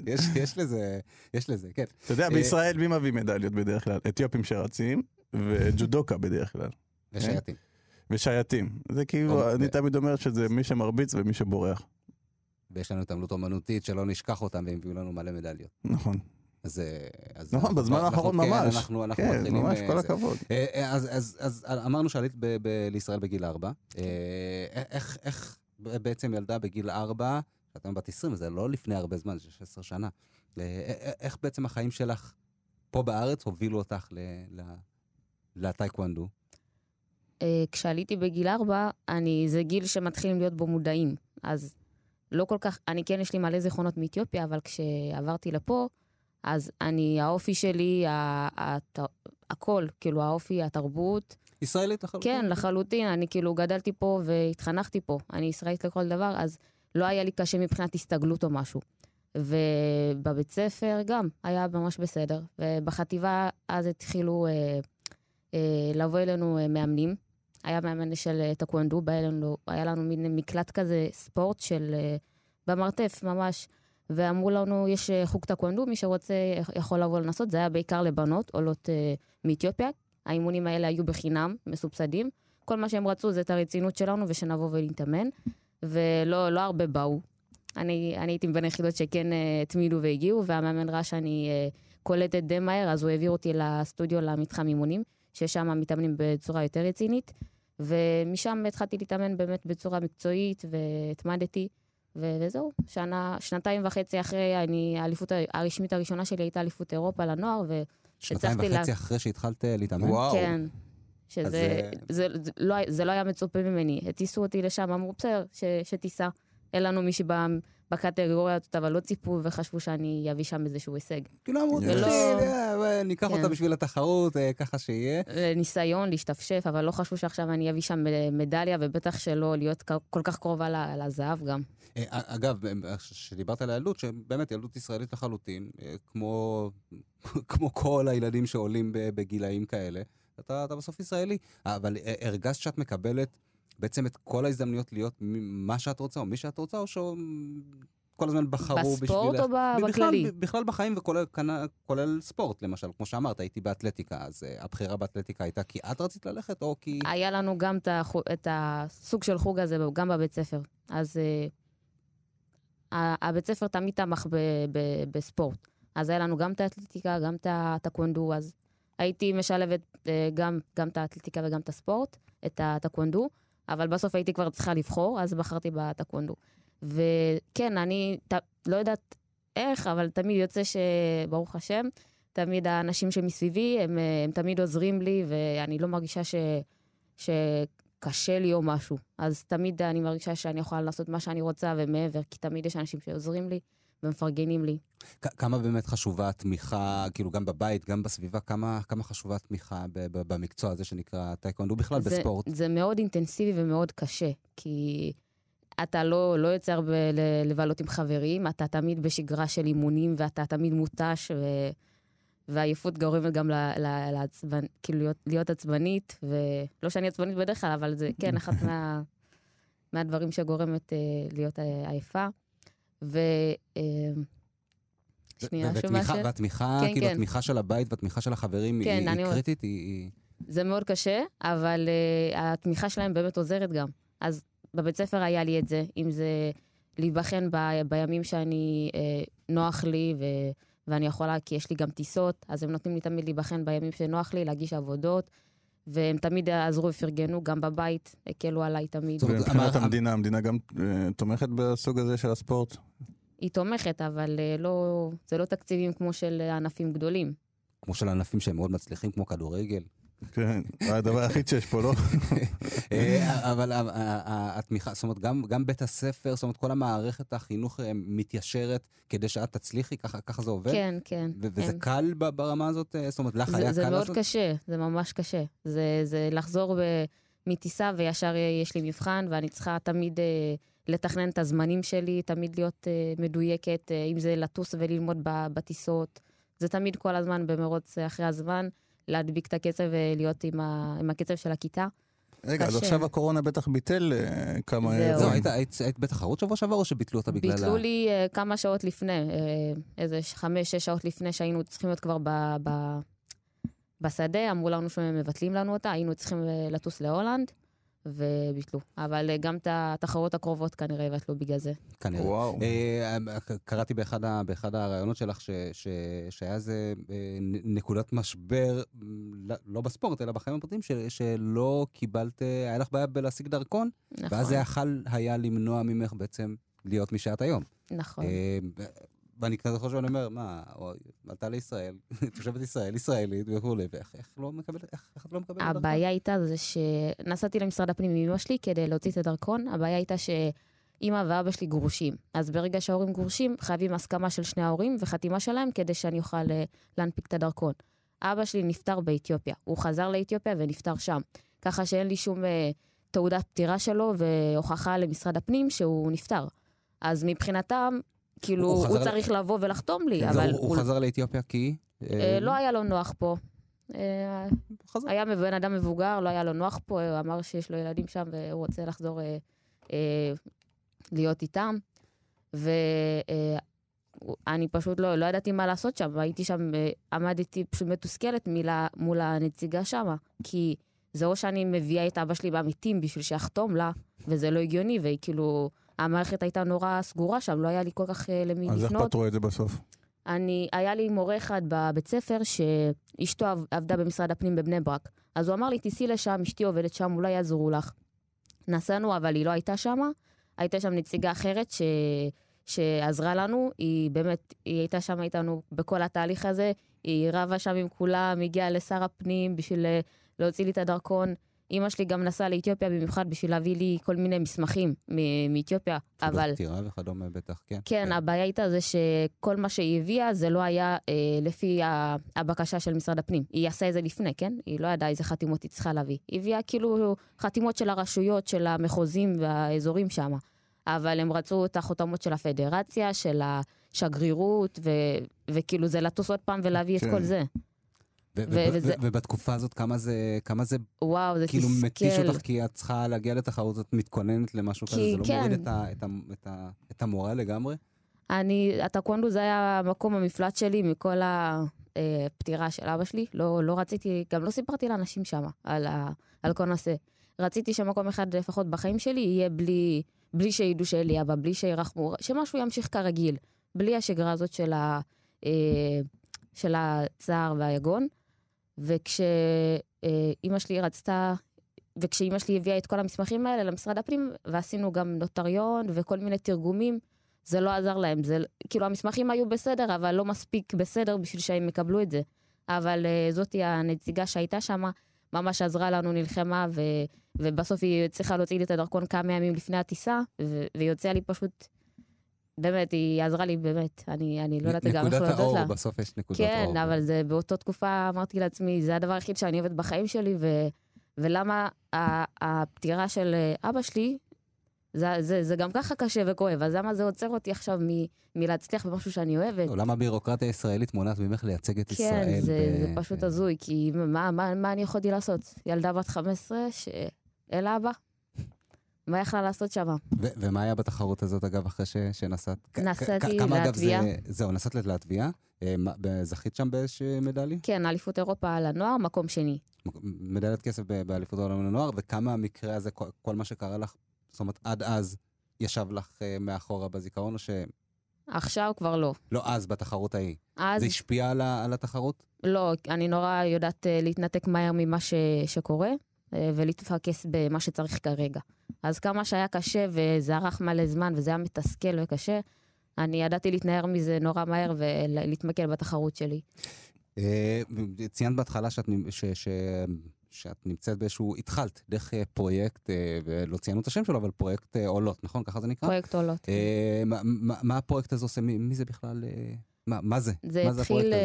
יש לזה, כן. אתה יודע, בישראל מי מביא מדליות בדרך כלל? אתיופים שרצים, וג'ודוקה בדרך כלל. ושייטים. ושייטים. זה כאילו, אני תמיד אומר שזה מי שמרביץ ומי שבורח. ויש לנו התעמלות אומנותית שלא נשכח אותם, והם הביאו לנו מלא מדליות. נכון. נכון, בזמן האחרון ממש. אנחנו כן, מתחילים... ממש, כל הכבוד. אז אמרנו שעלית לישראל בגיל 4. איך בעצם ילדה בגיל 4, שאתם בת 20, זה לא לפני הרבה זמן, זה 16 שנה. איך בעצם החיים שלך פה בארץ הובילו אותך לטייקוונדו? כשעליתי בגיל 4, זה גיל שמתחילים להיות בו מודעים. אז לא כל כך, כן יש לי מלא זיכרונות מאתיופיה, אבל כשעברתי לפה, אז האופי שלי, הכל, כאילו האופי, התרבות. ישראלית לחלוטין? כן, לחלוטין. אני כאילו גדלתי פה והתחנכתי פה. אני ישראלית לכל דבר, אז לא היה לי קשה מבחינת הסתגלות או משהו. ובבית ספר גם היה ממש בסדר. ובחטיבה אז התחילו לבוא אלינו מאמנים. היה מאמן של טקוונדו, היה לנו מין מקלט כזה ספורט של במרתף ממש. ואמרו לנו, יש חוג טקוונדו, מי שרוצה יכול לבוא לנסות, זה היה בעיקר לבנות, עולות מאתיופיה, האימונים האלה היו בחינם, מסובסדים, כל מה שהם רצו זה את הרצינות שלנו, ושנבוא ולהתאמן, ולא הרבה באו. אני הייתי בין היחידות שכן תמידו והגיעו, והמאמן ראה שאני קולטת די מהר, אז הוא העביר אותי לסטודיו, למתחם אימונים, ששם מתאמנים בצורה יותר רצינית, ומשם התחלתי להתאמן באמת בצורה מקצועית, והתמדתי, וזהו, שנתיים וחצי אחרי, האליפות הרשמית הראשונה שלי הייתה אליפות אירופה לנוער, שנתיים וחצי אחרי שהתחלת להתאמן? וואו. כן, זה לא היה מצופה ממני, הטיסו אותי לשם, אמרו בסדר, שתיסע, אין לנו מישהי בקטגוריות, אבל לא ציפו וחשבו שאני אביא שם איזשהו הישג. כאילו אמרו, ניקח אותה בשביל התחרות, ככה שיהיה. ניסיון, להשתפשף, אבל לא חשבו שעכשיו אני אביא שם מדליה, ובטח שלא להיות כל כך קרובה לזהב גם. אגב, שדיברת על הילדות, שבאמת ילדות ישראלית לחלוטין, כמו כל הילדים שעולים בגילאים כאלה, אתה בסוף ישראלי, אבל הרגשת שאת מקבלת בעצם את כל ההזדמנויות להיות מה שאת רוצה, או מי שאת רוצה, או שכל הזמן בחרו בשבילך. בספורט או בכללי? בכלל בחיים, וכולל ספורט, למשל. כמו שאמרת, הייתי באתלטיקה, אז הבחירה באתלטיקה הייתה כי את רצית ללכת, או כי... היה לנו גם את הסוג של חוג הזה, גם בבית ספר. אז הבית ספר תמיד תמך בספורט. אז היה לנו גם את האתלטיקה, גם את הטקוונדו, אז הייתי משלבת גם את האתלטיקה וגם את הספורט, את הטקוונדו, אבל בסוף הייתי כבר צריכה לבחור, אז בחרתי בטקוונדו. וכן, אני לא יודעת איך, אבל תמיד יוצא שברוך השם, תמיד האנשים שמסביבי, הם תמיד עוזרים לי, ואני לא מרגישה שקשה לי או משהו. אז תמיד אני מרגישה שאני יכולה לעשות מה שאני רוצה ומעבר, כי תמיד יש אנשים שעוזרים לי ומפרגנים לי. כמה באמת חשובה התמיכה, כאילו גם בבית, גם בסביבה, כמה חשובה התמיכה במקצוע הזה שנקרא טייקוונדו, בכלל בספורט? זה מאוד אינטנסיבי ומאוד קשה, כי אתה לא יוצר לבלות עם חברים, אתה תמיד בשגרה של אימונים, ואתה תמיד מותש, והעייפות גורמת גם כאילו להיות עצבנית, ולא שאני עצבנית בדרך כלל, אבל זה כן אחת מהדברים שגורמת להיות עייפה. והתמיכה, כאילו התמיכה של הבית והתמיכה של החברים היא קריטית? זה מאוד קשה, אבל התמיכה שלהם באמת עוזרת גם. אז בבית ספר היה לי את זה, אם זה להיבחן בימים שאני נוח לי, ואני יכולה, כי יש לי גם טיסות, אז הם נותנים לי תמיד להיבחן בימים שנוח לי, להגיש עבודות, והם תמיד עזרו ופרגנו, גם בבית, הקלו עליי תמיד. ומבחינת המדינה גם תומכת בסוג הזה של הספורט? היא תומכת, אבל זה לא תקציבים כמו של ענפים גדולים. כמו של ענפים שהם מאוד מצליחים, כמו כדורגל. כן, הדבר הכי שיש פה, לא? אבל התמיכה, זאת אומרת, גם בית הספר, זאת אומרת, כל המערכת החינוך מתיישרת כדי שאת תצליחי, ככה זה עובד? כן, כן. וזה קל ברמה הזאת? זאת אומרת, לך היה קל זה לעשות? מאוד קשה, זה ממש קשה. זה לחזור מטיסה וישר יש לי מבחן, ואני צריכה תמיד לתכנן את הזמנים שלי, תמיד להיות מדויקת, אם זה לטוס וללמוד בטיסות. זה תמיד כל הזמן במרוץ אחרי הזמן, להדביק את הקצב ולהיות עם הקצב של הכיתה. רגע, אז עכשיו הקורונה בטח ביטל כמה... זהו, היית בתחרות שבוע שעבר או שביטלו אותה בגלל... ביטלו לי כמה שעות לפני, איזה 5-6 שעות לפני שהיינו צריכים להיות כבר בשדה, אמרו לנו שהם מבטלים לנו אותה, היינו צריכים לטוס להולנד, וביטלו. אבל גם את התחרות הקרובות כנראה יבטלו בגלל זה. כנראה. וואו. קראתי באחד הרעיונות שלך שהיה איזה נקודת משבר, לא בספורט, אלא בחיים הפרטיים, שלא קיבלת, היה לך בעיה בלהשיג דרכון, נכון. ואז זה היה למנוע ממך בעצם להיות מי שאת היום. נכון. ואני כזה חושב, אני אומר, מה, עלתה לישראל, תושבת ישראל, ישראלית וכו', ואיך את לא מקבלת דרכון? הבעיה הייתה זה שנסעתי למשרד הפנים עם אמא שלי כדי להוציא את הדרכון, הבעיה הייתה שאמא ואבא שלי גרושים, אז ברגע שההורים גרושים, חייבים הסכמה של שני ההורים וחתימה שלהם כדי שאני אוכל להנפיק את הדרכון. אבא שלי נפטר באתיופיה, הוא חזר לאתיופיה ונפטר שם, ככה שאין לי שום תעודת פטירה שלו והוכחה למשרד הפנים שהוא נפטר. אז מבחינתם, כאילו, הוא צריך לבוא ולחתום לי, אבל... הוא חזר לאתיופיה כי... לא היה לו נוח פה. היה בן אדם מבוגר, לא היה לו נוח פה, הוא אמר שיש לו ילדים שם והוא רוצה לחזור להיות איתם. ואני פשוט לא ידעתי מה לעשות שם, הייתי שם, עמדתי פשוט מתוסכלת מול הנציגה שם, כי זה או שאני מביאה את אבא שלי בעמיתים בשביל שיחתום לה, וזה לא הגיוני, והיא כאילו... המערכת הייתה נורא סגורה שם, לא היה לי כל כך למי לפנות. אז איך פתרו את זה בסוף? היה לי מורה אחד בבית ספר, שאשתו עבדה במשרד הפנים בבני ברק. אז הוא אמר לי, תיסעי לשם, אשתי עובדת שם, אולי יעזרו לך. נסענו, אבל היא לא הייתה שם. הייתה שם נציגה אחרת שעזרה לנו. היא באמת, היא הייתה שם איתנו בכל התהליך הזה. היא רבה שם עם כולם, הגיעה לשר הפנים בשביל להוציא לי את הדרכון. אמא שלי גם נסעה לאתיופיה במיוחד בשביל להביא לי כל מיני מסמכים מאתיופיה, אבל... פטירה וכדומה בטח, כן. כן, הבעיה הייתה זה שכל מה שהיא הביאה זה לא היה לפי הבקשה של משרד הפנים. היא עשה את זה לפני, כן? היא לא ידעה איזה חתימות היא צריכה להביא. היא הביאה כאילו חתימות של הרשויות, של המחוזים והאזורים שם. אבל הם רצו את החותמות של הפדרציה, של השגרירות, וכאילו זה לטוס עוד פעם ולהביא את כל זה. ובתקופה הזאת כמה זה וואו, זה כאילו תסכל. מתיש אותך כי את צריכה להגיע לתחרות, את מתכוננת למשהו כזה, זה לא מוריד את המורל לגמרי? הטקוונדו זה היה המקום המפלט שלי מכל הפטירה של אבא שלי, לא רציתי, גם לא סיפרתי לאנשים שם על כל נושא. רציתי שמקום אחד לפחות בחיים שלי יהיה בלי שידעו שאלי אבא, בלי שירחמו, שמשהו ימשיך כרגיל, בלי השגרה הזאת של הצער והיגון, וכשאימא שלי רצתה, וכשאימא שלי הביאה את כל המסמכים האלה למשרד הפנים, ועשינו גם נוטריון וכל מיני תרגומים, זה לא עזר להם, זה, כאילו המסמכים היו בסדר, אבל לא מספיק בסדר בשביל שהם יקבלו את זה. אבל זאתי הנציגה שהייתה שם, ממש עזרה לנו, נלחמה, ובסוף היא צריכה להוציא לי את הדרכון כמה ימים לפני הטיסה, והיא הוציאה לי פשוט, באמת, היא עזרה לי באמת, אני לא יודעת גם איך להודות לה. נקודת האור, בסוף יש נקודת האור. כן, אבל זה באותה תקופה אמרתי לעצמי, זה הדבר היחיד שאני אוהבת בחיים שלי, ולמה הפטירה של אבא שלי, זה גם ככה קשה וכואב, אז למה זה עוצר אותי עכשיו מלהצליח במשהו שאני אוהבת? למה הבירוקרטיה הישראלית מונעת ממך לייצג את ישראל? כן, זה פשוט הזוי, כי מה אני יכולתי לעשות? ילדה בת 15 שאל אבא, מה יכלה לעשות שם? ומה היה בתחרות הזאת, אגב, אחרי שנסעת? נסעתי ללהטביה. זהו, נסעת ללהטביה? זכית שם באיזושהי מדליה? כן, אליפות אירופה לנוער, מקום שני. מדליית כסף באליפות העולם לנוער, וכמה המקרה הזה, כל מה שקרה לך, זאת אומרת, עד אז ישב לך מאחורה בזיכרון, או ש... עכשיו כבר לא. לא, אז בתחרות ההיא. אז... זה השפיע על התחרות? לא, אני נורא יודעת להתנתק מהר ממה שקורה, ולהתפקס במה שצריך כרגע. אז כמה שהיה קשה, וזה ערך מלא זמן, וזה היה מתסכל וקשה, אני ידעתי להתנער מזה נורא מהר, ולהתמקל בתחרות שלי. ציינת בהתחלה שאת נמצאת באיזשהו, התחלת דרך פרויקט, ולא ציינו את השם שלו, אבל פרויקט עולות, נכון? ככה זה נקרא? פרויקט עולות. מה הפרויקט הזה עושה? מי זה בכלל? מה זה? זה התחיל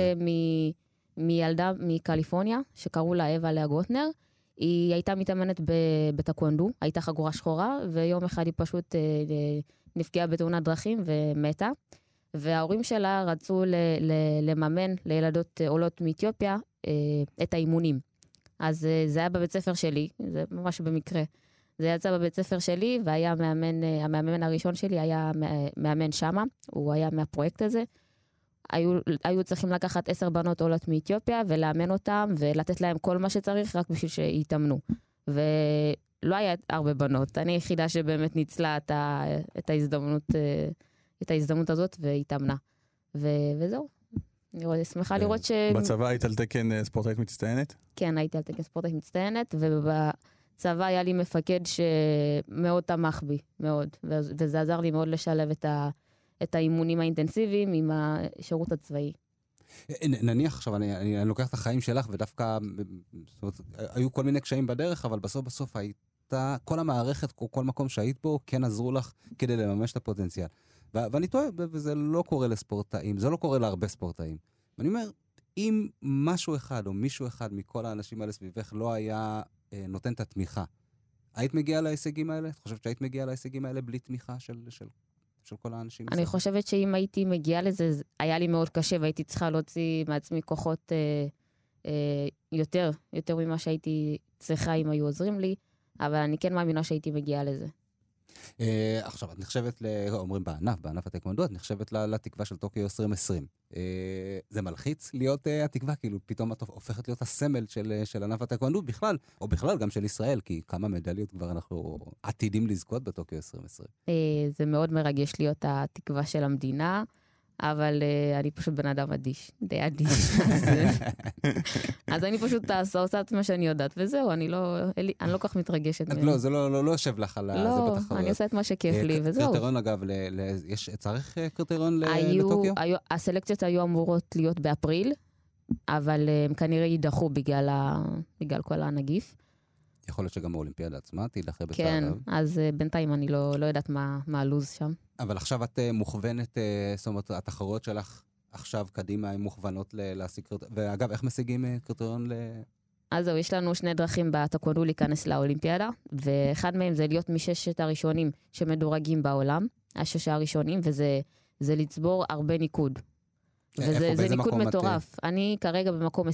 מילדה מקליפורניה, שקראו לה אווה לאה גוטנר. היא הייתה מתאמנת בטקוונדו, הייתה חגורה שחורה, ויום אחד היא פשוט נפגעה בתאונת דרכים ומתה. וההורים שלה רצו לממן לילדות עולות מאתיופיה את האימונים. אז זה היה בבית ספר שלי, זה ממש במקרה. זה יצא בבית ספר שלי, והיה המאמן הראשון שלי היה מאמן שמה, הוא היה מהפרויקט הזה. היו צריכים לקחת 10 בנות עולות מאתיופיה, ולאמן אותם, ולתת להם כל מה שצריך, רק בשביל שיתאמנו. ולא היה הרבה בנות, אני היחידה שבאמת ניצלה את ההזדמנות הזאת, והתאמנה. וזהו. אני שמחה לראות ש... בצבא היית על תקן ספורטאית מצטיינת? כן, הייתי על תקן ספורטאית מצטיינת, ובצבא היה לי מפקד שמאוד תמך בי, מאוד. וזה עזר לי מאוד לשלב את האימונים האינטנסיביים עם השירות הצבאי. נניח עכשיו, אני לוקח את החיים שלך, ודווקא, זאת אומרת, היו כל מיני קשיים בדרך, אבל בסוף הייתה, כל המערכת, כל מקום שהיית בו, כן עזרו לך כדי לממש את הפוטנציאל. ואני טועה, וזה לא קורה לספורטאים, זה לא קורה להרבה ספורטאים. ואני אומר, אם משהו אחד או מישהו אחד מכל האנשים האלה סביבך לא היה נותן את התמיכה, היית מגיעה להישגים האלה? את חושבת שהיית מגיעה להישגים האלה בלי תמיכה של כל האנשים? אני חושבת שאם הייתי מגיעה לזה, היה לי מאוד קשה, והייתי צריכה להוציא מעצמי כוחות יותר ממה שהייתי צריכה אם היו עוזרים לי, אבל אני כן מאמינה שהייתי מגיעה לזה. עכשיו, את נחשבת, אומרים בענף הטקוונדו, את נחשבת לתקווה של טוקיו 2020. זה מלחיץ להיות התקווה, כאילו פתאום את הופכת להיות הסמל של ענף הטקוונדו בכלל, או בכלל גם של ישראל, כי כמה מדליות כבר אנחנו עתידים לזכות בטוקיו 2020. זה מאוד מרגש להיות התקווה של המדינה, אבל אני פשוט בן אדם אדיש, די אדיש. אז אני פשוט עושה את מה שאני יודעת, וזהו, אני לא כך מתרגשת. לא, זה לא יושב לך על זה בתחרות. לא, אני עושה את מה שכיף לי, וזהו. קריטריון אגב, צריך קריטריון לטוקיו? הסלקציות היו אמורות להיות באפריל, אבל הם כנראה יידחו בגלל כל הנגיף. יכול להיות שגם האולימפיאדה עצמה תידחה בצער. כן, אז בינתיים אני לא יודעת מה הלוז שם. אבל עכשיו את מוכוונת, זאת אומרת, התחרויות שלך עכשיו קדימה הן מוכוונות להשיג קריטריון, ואגב, איך משיגים קריטריון אז זהו, יש לנו 2 דרכים בטקוונדו להיכנס לאולימפיאדה, ואחד מהם זה להיות מששת הראשונים שמדורגים בעולם, 6 הראשונים, וזה לצבור הרבה ניקוד. וזה ניקוד מטורף. אני כרגע במקום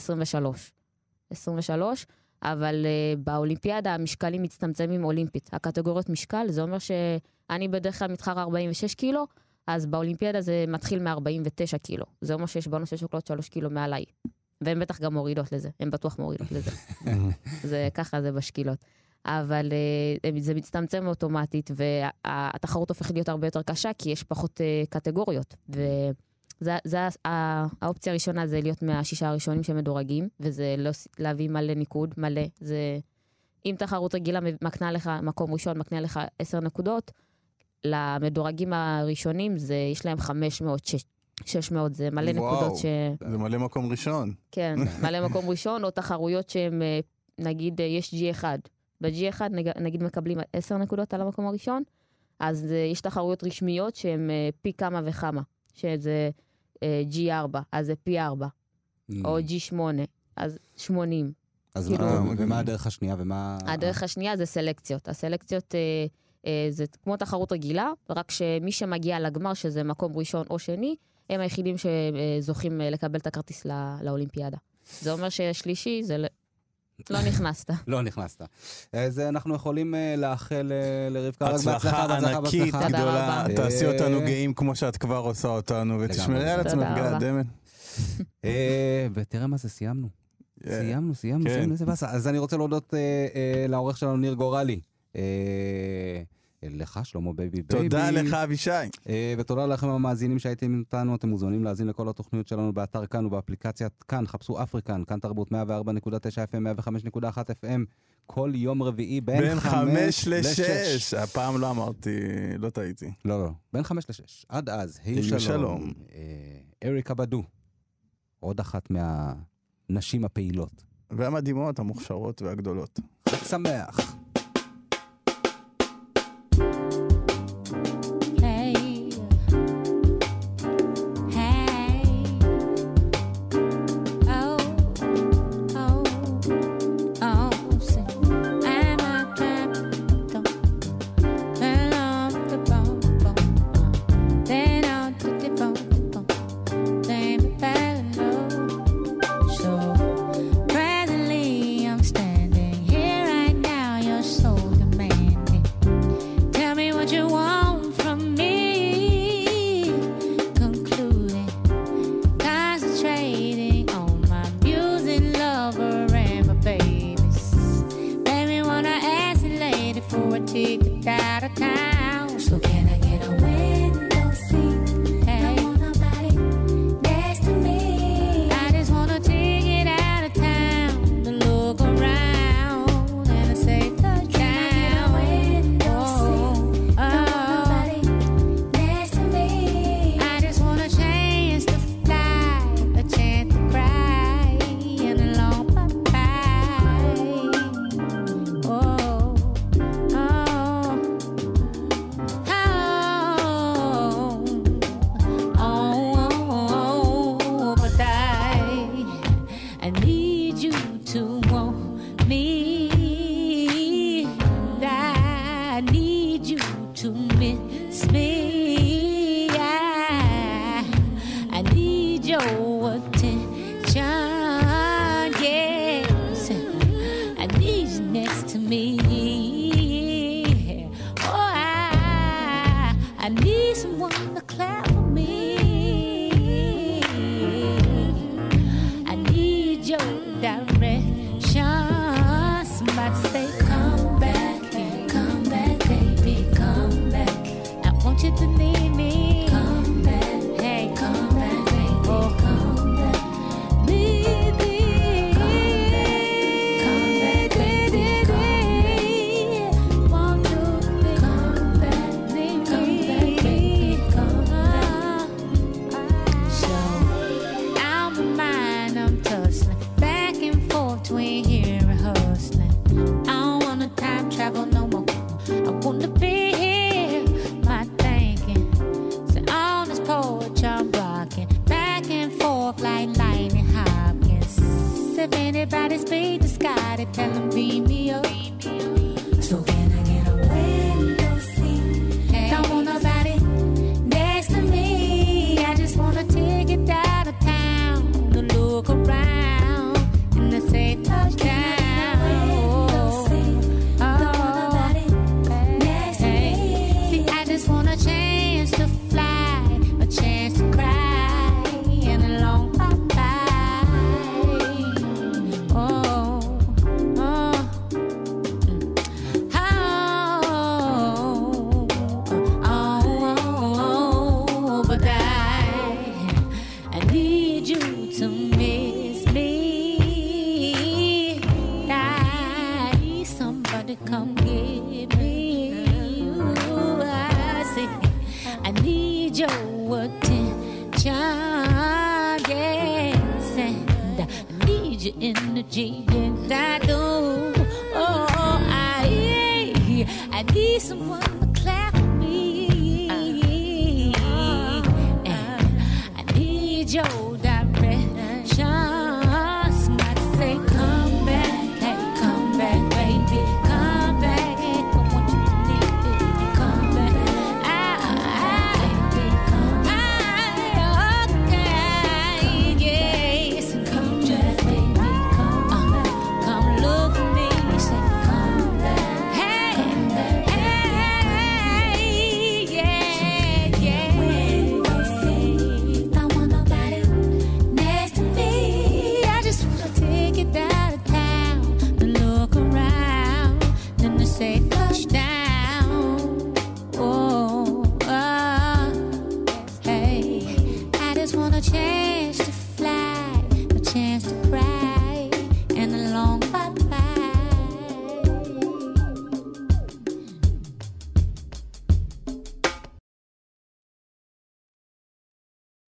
23, אבל באולימפיאדה המשקלים מצטמצמים אולימפית. הקטגוריות משקל, זה אומר שאני בדרך כלל מתחרה 46 קילו, אז באולימפיאדה זה מתחיל מ-49 קילו. זה אומר שיש בנו ששוקלות 3 קילו מעליי. והן בטח גם מורידות לזה, הן בטוח מורידות לזה. זה ככה, זה בשקילות. אבל זה מצטמצם אוטומטית, והתחרות הופכת להיות הרבה יותר קשה, כי יש פחות קטגוריות. וזה האופציה הראשונה, זה להיות מה6 הראשונים שמדורגים, וזה להביא מלא ניקוד, מלא. זה, אם תחרות רגילה מקנה לך מקום ראשון, מקנה לך 10 נקודות, למדורגים הראשונים, יש להם 500, 600, זה מלא נקודות זה מלא מקום ראשון. כן, מלא מקום ראשון, או תחרויות שהם, נגיד, יש G1. ב-G1 נגיד מקבלים 10 נקודות על המקום הראשון, אז יש תחרויות רשמיות שהן פי כמה וכמה, שזה G4, אז זה פי 4, או G8, אז 80. אז ומה הדרך השנייה? הדרך השנייה זה סלקציות. הסלקציות זה כמו תחרות רגילה, רק שמי שמגיע לגמר, שזה מקום ראשון או שני, הם היחידים שזוכים לקבל את הכרטיס לאולימפיאדה. זה אומר ששלישי זה לא נכנסת. לא נכנסת. אז אנחנו יכולים לאחל לרבקה רק הצלחה ענקית גדולה. תעשי אותנו גאים כמו שאת כבר עושה אותנו, ותשמרי על עצמך גאה דמן. ותראה מה זה, סיימנו. סיימנו, איזה בסה. אז אני רוצה להודות לעורך שלנו ניר גורלי. לך, שלמה בייבי. תודה לך, אבישי. ותודה לכם המאזינים שהייתם איתנו. אתם מוזמנים להאזין לכל התוכניות שלנו באתר כאן ובאפליקציית כאן. חפשו אפריקן, כאן תרבות 104.9 FM, 105.1 FM, כל יום רביעי בין 5 ל-6. הפעם לא אמרתי, לא טעיתי. לא, בין 5 ל-6. עד אז, היו שלום. אריקה בדו, עוד אחת מהנשים הפעילות. והמדהימות, המוכשרות והגדולות. חג שמח. You to attention, yes, and I need your energy, and I do. Oh, I need someone to clap for me, and I need your